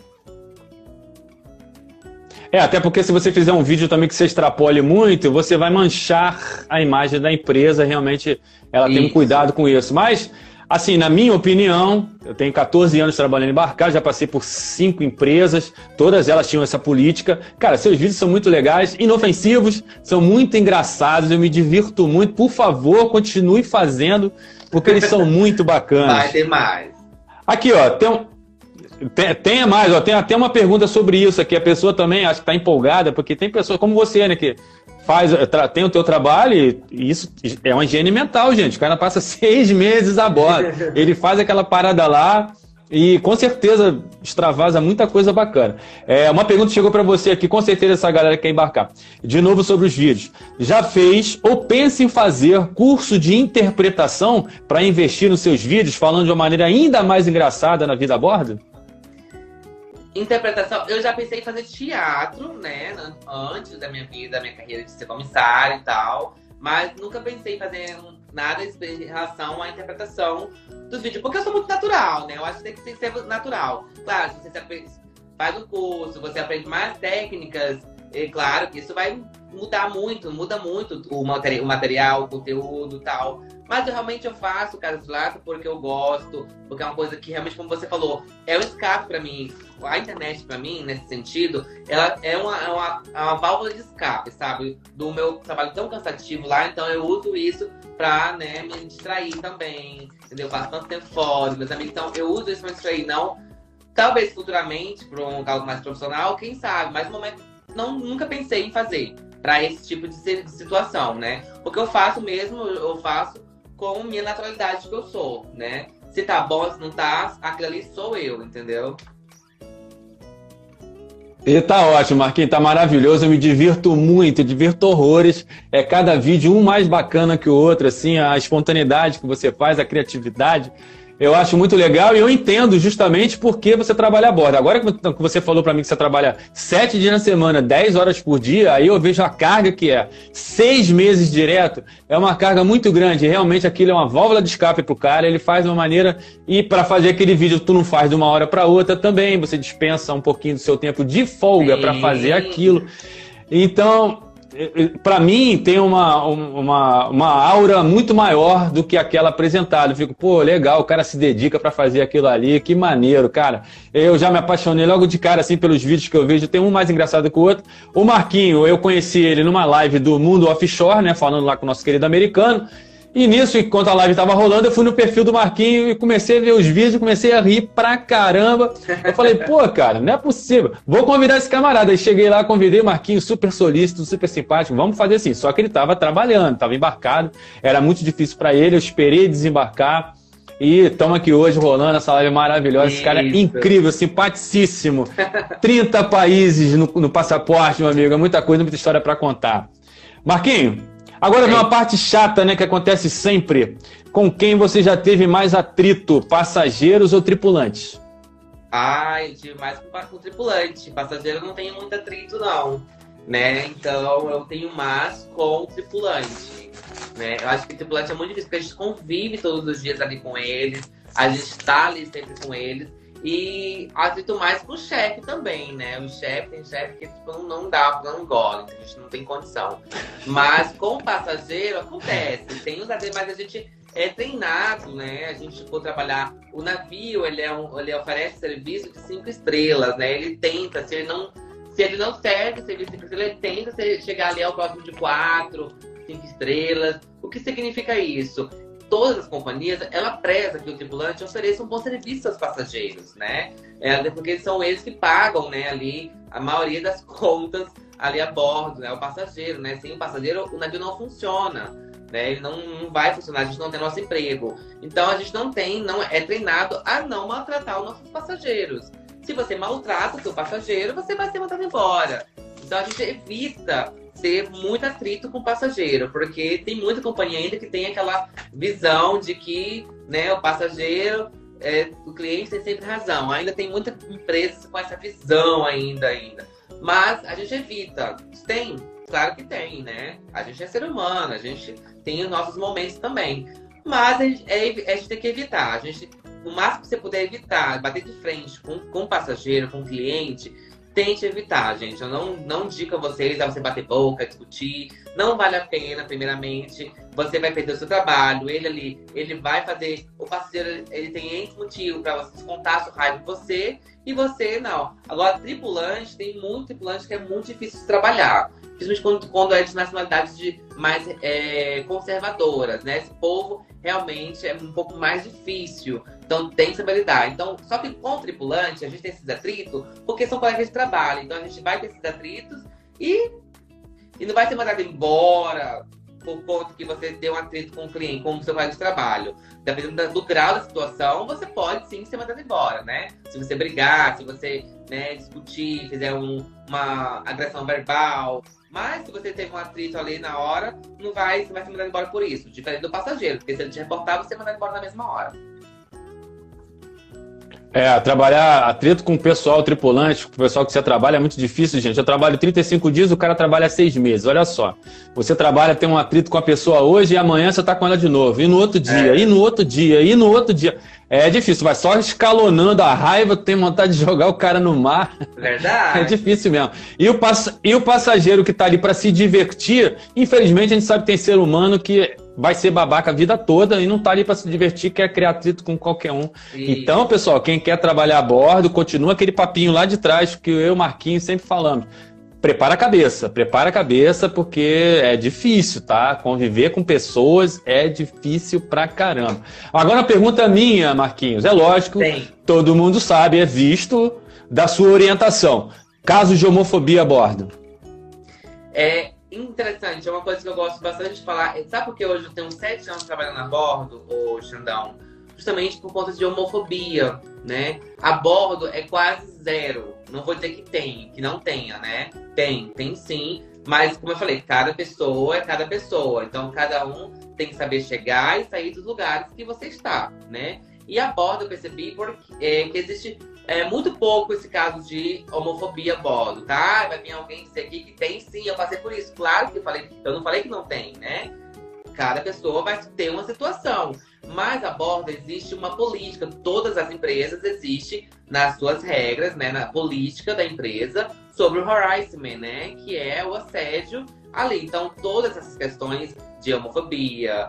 Até porque se você fizer um vídeo também que você extrapole muito, você vai manchar a imagem da empresa. Realmente, ela tem um cuidado com isso. Mas... Assim, na minha opinião, eu tenho 14 anos trabalhando em embarcado, já passei por 5 empresas, todas elas tinham essa política. Cara, seus vídeos são muito legais, inofensivos, são muito engraçados, eu me divirto muito. Por favor, continue fazendo, porque eles são muito bacanas. Vai ter mais. Aqui, ó, tem mais, ó, tem até uma pergunta sobre isso aqui. A pessoa também acho que está empolgada, porque tem pessoas como você, né, que tem o teu trabalho e isso é uma higiene mental, gente. O cara passa 6 meses a bordo. Ele faz aquela parada lá e com certeza extravasa muita coisa bacana. Uma pergunta chegou para você aqui, com certeza essa galera quer embarcar. De novo sobre os vídeos. Já fez ou pensa em fazer curso de interpretação para investir nos seus vídeos, falando de uma maneira ainda mais engraçada na vida a bordo? Interpretação, eu já pensei em fazer teatro, né, antes da minha vida, da minha carreira de ser comissária e tal, mas nunca pensei em fazer nada em relação à interpretação dos vídeos, porque eu sou muito natural, né, eu acho que tem que ser natural. Claro, se você faz um curso, você aprende mais técnicas, é claro que isso vai muda muito o material, o conteúdo e tal. Mas realmente eu faço Caras Lato porque eu gosto, porque é uma coisa que realmente, como você falou, é um escape pra mim. A internet pra mim, nesse sentido, ela é uma válvula de escape, sabe? Do meu trabalho tão cansativo lá, então eu uso isso pra, né, me distrair também, entendeu? Eu passo tanto tempo fora, meus amigos, então eu uso isso pra me distrair, não... Talvez futuramente, para um caso mais profissional, quem sabe, mas no momento nunca pensei em fazer para esse tipo de situação, né? Porque eu faço com minha naturalidade que eu sou, né? Se tá bom, se não tá, aquilo ali sou eu, entendeu? E tá ótimo, Marquinhos, tá maravilhoso, eu me divirto muito, divirto horrores, cada vídeo um mais bacana que o outro, assim, a espontaneidade que você faz, a criatividade, Eu acho muito legal e eu entendo justamente porque você trabalha a bordo. Agora que você falou para mim que você trabalha 7 dias na semana, 10 horas por dia, aí eu vejo a carga que é 6 meses direto, é uma carga muito grande. Realmente aquilo é uma válvula de escape pro cara, ele faz de uma maneira, e para fazer aquele vídeo tu não faz de uma hora para outra também, você dispensa um pouquinho do seu tempo de folga para fazer aquilo. Então, para mim, tem uma aura muito maior do que aquela apresentada. Eu fico, pô, legal, o cara se dedica para fazer aquilo ali, que maneiro, cara. Eu já me apaixonei logo de cara, assim, pelos vídeos que eu vejo. Tem um mais engraçado que o outro. O Marquinho, eu conheci ele numa live do Mundo Offshore, né, falando lá com o nosso querido americano. E nisso, enquanto a live estava rolando, eu fui no perfil do Marquinho e comecei a ver os vídeos, comecei a rir pra caramba. Eu falei, pô, cara, não é possível. Vou convidar esse camarada. Aí cheguei lá, convidei o Marquinho, super solícito, super simpático. Vamos fazer assim. Só que ele estava trabalhando, estava embarcado. Era muito difícil para ele, eu esperei desembarcar. E estamos aqui hoje rolando essa live maravilhosa. Esse cara é incrível, simpaticíssimo. 30 países no passaporte, meu amigo. É muita coisa, muita história para contar. Marquinho, agora vem uma parte chata, né, que acontece sempre. Com quem você já teve mais atrito, passageiros ou tripulantes? Eu tive mais com tripulante. Passageiro não tenho muito atrito, não. Né? Então eu tenho mais com tripulante. Né? Eu acho que tripulante é muito difícil, porque a gente convive todos os dias ali com eles. A gente está ali sempre com eles. E atrito mais com o chefe também, né? O chefe, tem chefe que tipo, não dá, não gola, a gente não tem condição. Mas com o passageiro acontece, tem uns atritos, mas a gente é treinado, né? A gente for trabalhar, o navio, ele oferece serviço de 5 estrelas, né? Ele tenta, se ele não serve serviço de 5 estrelas, ele tenta chegar ali ao próximo de 4, 5 estrelas. O que significa isso? Todas as companhias, ela preza que o tripulante ofereça um bom serviço aos passageiros, né? Porque são eles que pagam, né, ali a maioria das contas ali a bordo, né? O passageiro, né? Sem o passageiro, o navio não funciona, né? Ele não vai funcionar, a gente não tem nosso emprego. Então a gente não é treinado a não maltratar os nossos passageiros. Se você maltrata o seu passageiro, você vai ser mandado embora. Então a gente evita ter muito atrito com o passageiro, porque tem muita companhia ainda que tem aquela visão de que, né, o passageiro, o cliente tem sempre razão. Ainda tem muita empresa com essa visão ainda. Mas a gente evita. Tem? Claro que tem, né? A gente é ser humano, a gente tem os nossos momentos também. Mas a gente tem que evitar. O máximo que você puder evitar, bater de frente com o passageiro, com o cliente, tente evitar, gente. Eu não indico a vocês a você bater boca, discutir. Não vale a pena, primeiramente. Você vai perder o seu trabalho. Ele vai fazer... O parceiro, ele tem N motivo para você descontar sua raiva de você. E você, não. Agora, tripulante, tem muito tripulante que é muito difícil de trabalhar. Principalmente quando é de nacionalidades mais conservadoras, né? Esse povo realmente é um pouco mais difícil. Então tem que saber lidar. Então, só que com o tripulante, a gente tem esses atritos porque são colegas de trabalho. Então a gente vai ter esses atritos e não vai ser mandado embora por conta que você deu um atrito com o cliente, com o seu colega de trabalho. Dependendo do grau da situação, você pode sim ser mandado embora, né? Se você brigar, se você, né, discutir, fizer uma agressão verbal. Mas se você teve um atrito ali na hora, você vai ser mandado embora por isso. Diferente do passageiro, porque se ele te reportar, você é mandado embora na mesma hora. Trabalhar atrito com o pessoal tripulante, com o pessoal que você trabalha é muito difícil, gente. Eu trabalho 35 dias, o cara trabalha 6 meses. Olha só, você trabalha, tem um atrito com a pessoa hoje e amanhã você tá com ela de novo. E no outro dia, e no outro dia, e no outro dia. É difícil, vai só escalonando a raiva, tem vontade de jogar o cara no mar. Verdade. É difícil mesmo. E o passageiro que tá ali para se divertir, infelizmente a gente sabe que tem ser humano que vai ser babaca a vida toda e não tá ali para se divertir, quer criar atrito com qualquer um. Isso. Então, pessoal, quem quer trabalhar a bordo, continua aquele papinho lá de trás que eu e o Marquinhos sempre falamos. Prepara a cabeça, porque é difícil, tá? Conviver com pessoas é difícil pra caramba. Agora a pergunta minha, Marquinhos, é lógico, todo mundo sabe, é visto da sua orientação. Casos de homofobia a bordo. É interessante, é uma coisa que eu gosto bastante de falar. Sabe por que hoje eu tenho 7 anos trabalhando a bordo, ô Xandão? Justamente por conta de homofobia, né? A bordo é quase zero. Não vou dizer que não tenha, né? Tem sim. Mas, como eu falei, cada pessoa é cada pessoa. Então, cada um tem que saber chegar e sair dos lugares que você está, né? E a bordo eu percebi que existe muito pouco esse caso de homofobia a bordo, tá? Vai vir alguém dizer aqui que tem sim, eu passei por isso. Claro que eu não falei que não tem, né? Cada pessoa vai ter uma situação. Mas a bordo existe uma política. Todas as empresas existem nas suas regras, né? Na política da empresa sobre o harassment, né? Que é o assédio ali. Então, todas essas questões de homofobia,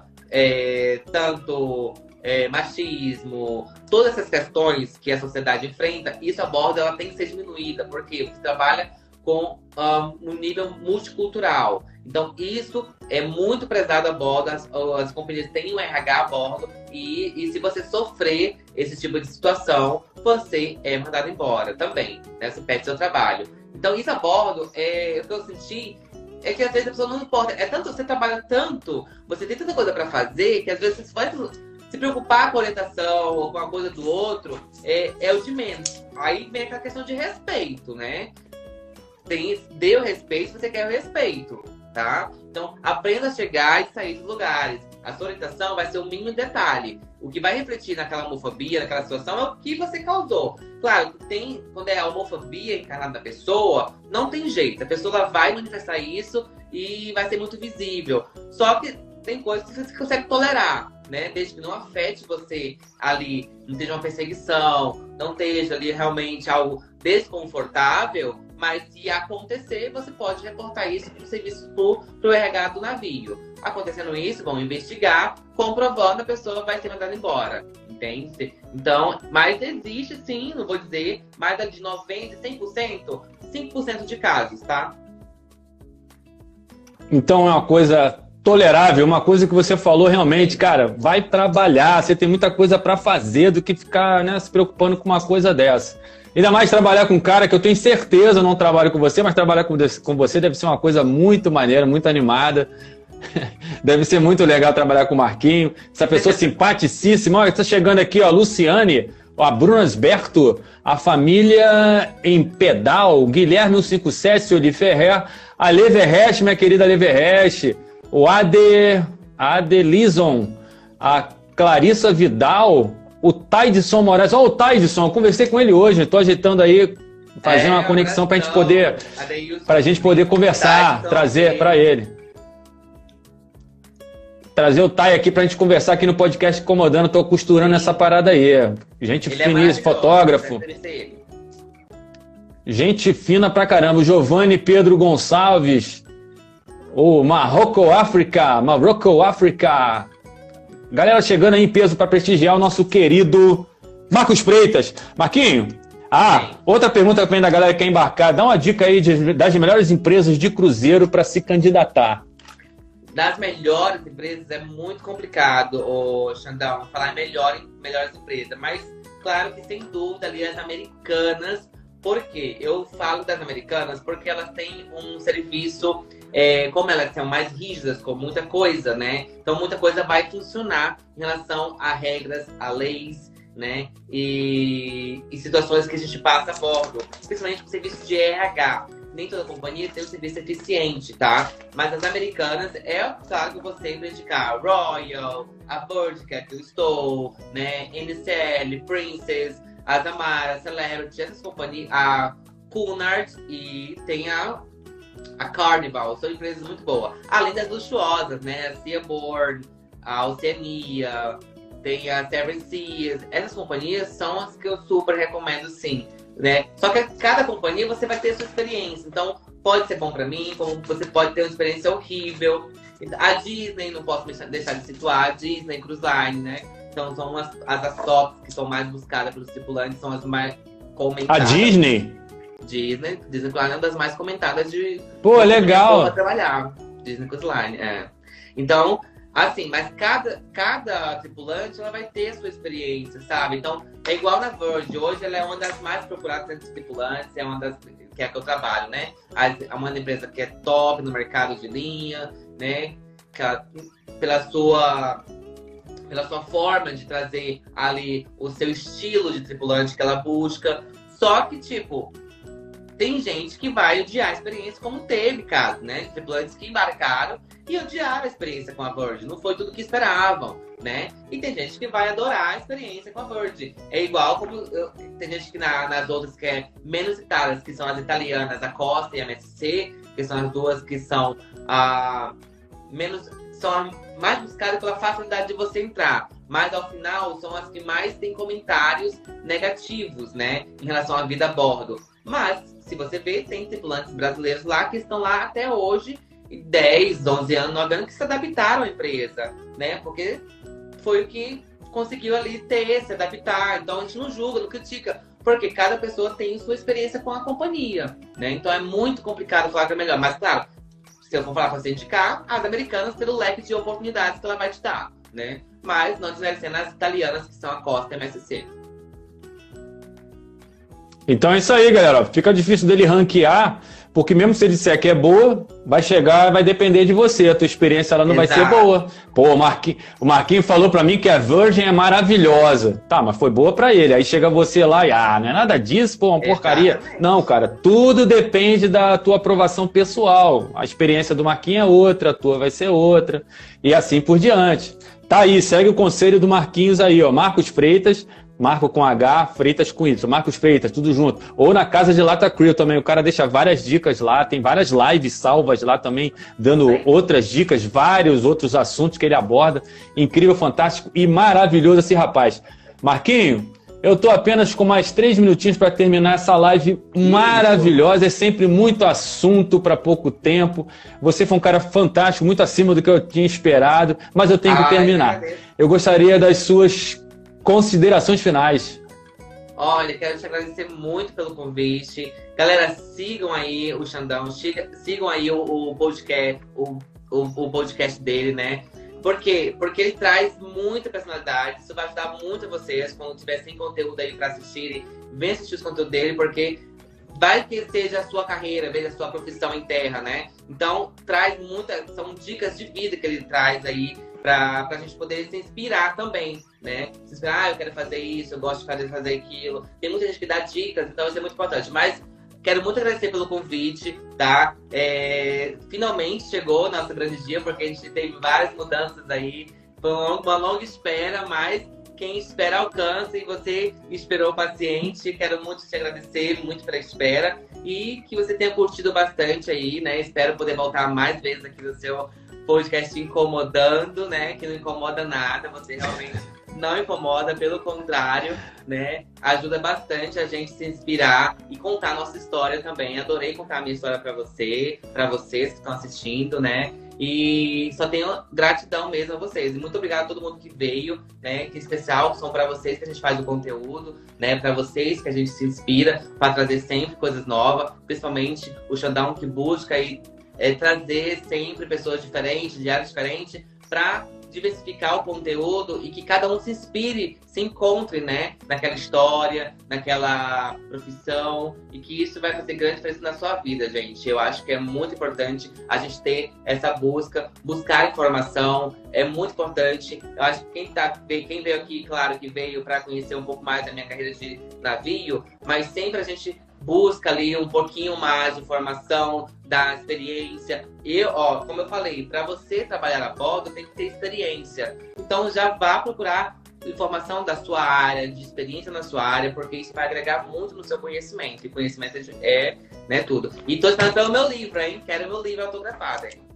machismo, todas essas questões que a sociedade enfrenta, isso a bordo ela tem que ser diminuída. Porque você trabalha com um nível multicultural. Então, isso é muito prezado a bordo. As companhias têm um RH a bordo. E se você sofrer esse tipo de situação, você é mandado embora também, né? Você perde seu trabalho. Então, isso a bordo, o que eu senti é que às vezes a pessoa não importa. Você trabalha tanto, você tem tanta coisa para fazer, que às vezes você vai se preocupar com a orientação ou com a coisa do outro, é o de menos. Aí vem aquela questão de respeito, né? Dê o respeito se você quer o respeito, tá? Então, aprenda a chegar e sair dos lugares. A sua orientação vai ser o mínimo detalhe. O que vai refletir naquela homofobia, naquela situação, é o que você causou. Claro, quando é a homofobia encarnada da pessoa, não tem jeito. A pessoa ela vai manifestar isso e vai ser muito visível. Só que tem coisas que você consegue tolerar, né? Desde que não afete você ali, não esteja uma perseguição, não esteja ali realmente algo desconfortável, mas se acontecer, você pode reportar isso para o serviço pro RH do navio. Acontecendo isso, vão investigar, comprovando, a pessoa vai ser mandada embora, entende? Então, mas existe sim, não vou dizer, mais de 90%, 100%, 5% de casos, tá? Então é uma coisa tolerável, uma coisa que você falou realmente, cara, vai trabalhar, você tem muita coisa para fazer do que ficar, né, se preocupando com uma coisa dessa. Ainda mais trabalhar com um cara que eu tenho certeza, eu não trabalho com você, mas trabalhar com você deve ser uma coisa muito maneira, muito animada. Deve ser muito legal trabalhar com o Marquinho, essa pessoa simpaticíssima. Olha, está chegando aqui, ó, a Luciane, ó, a Bruna Asberto, a família em Pedal, Guilherme 157, seu de Ferrer, a Leverrest, minha querida Leverrest, o Adelison, a Clarissa Vidal, o Taidson Moraes. Ó, o Taidson, eu conversei com ele hoje, estou ajeitando aí, fazendo uma conexão para a gente poder conversar, trazer para ele. Trazer o Thay aqui pra gente conversar aqui no podcast Incomodando. Tô costurando essa parada aí. Gente finíssima, fotógrafo. Gente fina pra caramba. O Giovanni Pedro Gonçalves. O Marrocco África. Galera chegando aí em peso pra prestigiar o nosso querido Marcos Freitas. Marquinho, outra pergunta também da galera que quer embarcar. Dá uma dica aí das melhores empresas de cruzeiro pra se candidatar. Das melhores empresas é muito complicado, Xandão, falar melhores empresas. Mas, claro que sem dúvida ali as americanas. Por quê? Eu falo das americanas porque elas têm um serviço, como elas são mais rígidas com muita coisa, né? Então muita coisa vai funcionar em relação a regras, a leis, né? E situações que a gente passa a bordo. Principalmente com o serviço de RH. Nem toda companhia tem um serviço eficiente, tá? Mas as americanas, claro que eu vou sempre indicar a Royal, a Virgin, que eu estou, né? NCL, Princess, a Zamara, Celebrity, essas companhias, a Cunard e tem a Carnival, são empresas muito boas. Além das luxuosas, né? A Seabourn, a Oceania, tem a Seven Seas. Essas companhias são as que eu super recomendo, sim. Né? Só que cada companhia você vai ter a sua experiência. Então, pode ser bom pra mim, como você pode ter uma experiência horrível. A Disney, não posso deixar de situar, a Disney Cruise Line, né? Então, são as tops que são mais buscadas pelos tripulantes, são as mais comentadas. A Disney Disney Cruise Line é uma das mais comentadas de... Pô, legal! Pra trabalhar. Disney Cruise Line, Então, assim, mas cada tripulante ela vai ter a sua experiência, sabe? Então, é igual na Virgin. Hoje ela é uma das mais procuradas entre os tripulantes, é uma das que é que eu trabalho, né? É uma empresa que é top no mercado de linha, né? Que ela, pela sua forma de trazer ali o seu estilo de tripulante que ela busca. Só que, tipo, tem gente que vai odiar a experiência, como teve caso, né? Tripulantes que embarcaram e odiaram a experiência com a Virgin. Não foi tudo que esperavam, né? E tem gente que vai adorar a experiência com a Virgin. É igual como tem gente que nas outras que é menos citadas, que são as italianas, a Costa e a MSC, que são as duas que são são mais buscadas pela facilidade de você entrar. Mas ao final são as que mais têm comentários negativos, né? Em relação à vida a bordo. Mas, se você vê, tem tripulantes brasileiros lá que estão lá até hoje, 10, 11 anos, 9 anos, que se adaptaram à empresa, né? Porque foi o que conseguiu ali se adaptar. Então a gente não julga, não critica. Porque cada pessoa tem sua experiência com a companhia, né? Então é muito complicado falar que é melhor. Mas, claro, se eu for falar para você indicar, as americanas pelo leque de oportunidades que ela vai te dar, né? Mas não desmerecendo as italianas, que são a Costa e a MSC. Então é isso aí, galera. Fica difícil dele ranquear, porque mesmo se ele disser que é boa, vai chegar, vai depender de você. A tua experiência ela não vai ser boa. Pô, o Marquinhos falou pra mim que a Virgin é maravilhosa. Tá, mas foi boa pra ele. Aí chega você lá e, não é nada disso, pô, uma porcaria. Não, cara, tudo depende da tua aprovação pessoal. A experiência do Marquinhos é outra, a tua vai ser outra. E assim por diante. Tá aí, segue o conselho do Marquinhos aí, ó. Marcos Freitas, Marco com H, Freitas com Y. Marcos Freitas, tudo junto. Ou na Casa de Lata Crew também. O cara deixa várias dicas lá. Tem várias lives salvas lá também, dando outras dicas, vários outros assuntos que ele aborda. Incrível, fantástico e maravilhoso esse rapaz. Marquinho, eu tô apenas com mais 3 minutinhos para terminar essa live maravilhosa. É sempre muito assunto para pouco tempo. Você foi um cara fantástico, muito acima do que eu tinha esperado. Mas eu tenho que terminar. Eu gostaria das suas considerações finais. Olha, quero te agradecer muito pelo convite. Galera, sigam aí o Xandão, sigam aí o podcast, o podcast dele, né? Por quê? Porque ele traz muita personalidade. Isso vai ajudar muito vocês quando tiver sem conteúdo aí pra assistirem. Vem assistir os conteúdos dele, porque vai que seja a sua carreira, veja a sua profissão em terra, né? Então, são dicas de vida que ele traz aí pra gente poder se inspirar também, né? Se inspirar, eu quero fazer isso, eu gosto de fazer aquilo. Tem muita gente que dá dicas, então isso é muito importante. Mas quero muito agradecer pelo convite, tá? Finalmente chegou nosso grande dia, porque a gente teve várias mudanças aí. Foi uma longa espera, mas quem espera alcança, e você esperou paciente. Quero muito te agradecer, muito pela espera, e que você tenha curtido bastante aí, né? Espero poder voltar mais vezes aqui no seu podcast incomodando, né? Que não incomoda nada, você realmente não incomoda, pelo contrário, né? Ajuda bastante a gente se inspirar e contar a nossa história também. Adorei contar a minha história para vocês que estão assistindo, né? E só tenho gratidão mesmo a vocês. E muito obrigado a todo mundo que veio, né? Que especial são para vocês que a gente faz o conteúdo, né? Para vocês que a gente se inspira para trazer sempre coisas novas, principalmente o Xandão, que busca aí trazer sempre pessoas diferentes, de áreas diferentes, para diversificar o conteúdo e que cada um se inspire, se encontre, né, naquela história, naquela profissão, e que isso vai fazer grande diferença na sua vida, gente. Eu acho que é muito importante a gente ter essa buscar informação, é muito importante. Eu acho que quem veio aqui, claro que veio para conhecer um pouco mais da minha carreira de navio, mas sempre a gente busca ali um pouquinho mais de informação, da experiência. E, como eu falei, para você trabalhar a bordo, tem que ter experiência. Então, já vá procurar informação da sua área, de experiência na sua área, porque isso vai agregar muito no seu conhecimento. E conhecimento é, né, tudo. E tô esperando pelo meu livro, hein? Quero meu livro autografado, hein?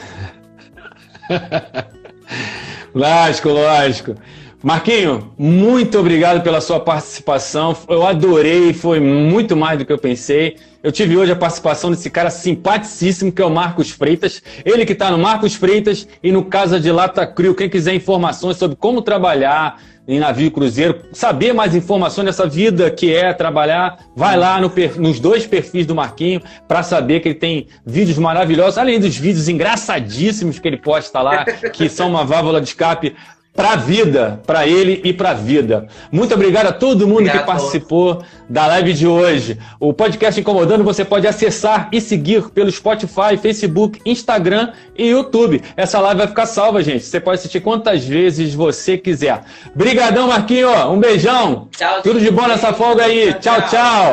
Lógico. Marquinho, muito obrigado pela sua participação. Eu adorei, foi muito mais do que eu pensei. Eu tive hoje a participação desse cara simpaticíssimo, que é o Marcos Freitas. Ele que está no Marcos Freitas e no Casa de Lata Crew. Quem quiser informações sobre como trabalhar em navio cruzeiro, saber mais informações dessa vida que é trabalhar, vai lá nos 2 perfis do Marquinho para saber que ele tem vídeos maravilhosos, além dos vídeos engraçadíssimos que ele posta lá, que são uma válvula de escape para a vida, para ele e para a vida. Muito obrigado a todo mundo que participou da live de hoje. O podcast Incomodando você pode acessar e seguir pelo Spotify, Facebook, Instagram e YouTube. Essa live vai ficar salva, gente. Você pode assistir quantas vezes você quiser. Brigadão, Marquinho. Um beijão. Tchau, tudo de bom nessa folga aí. Tchau.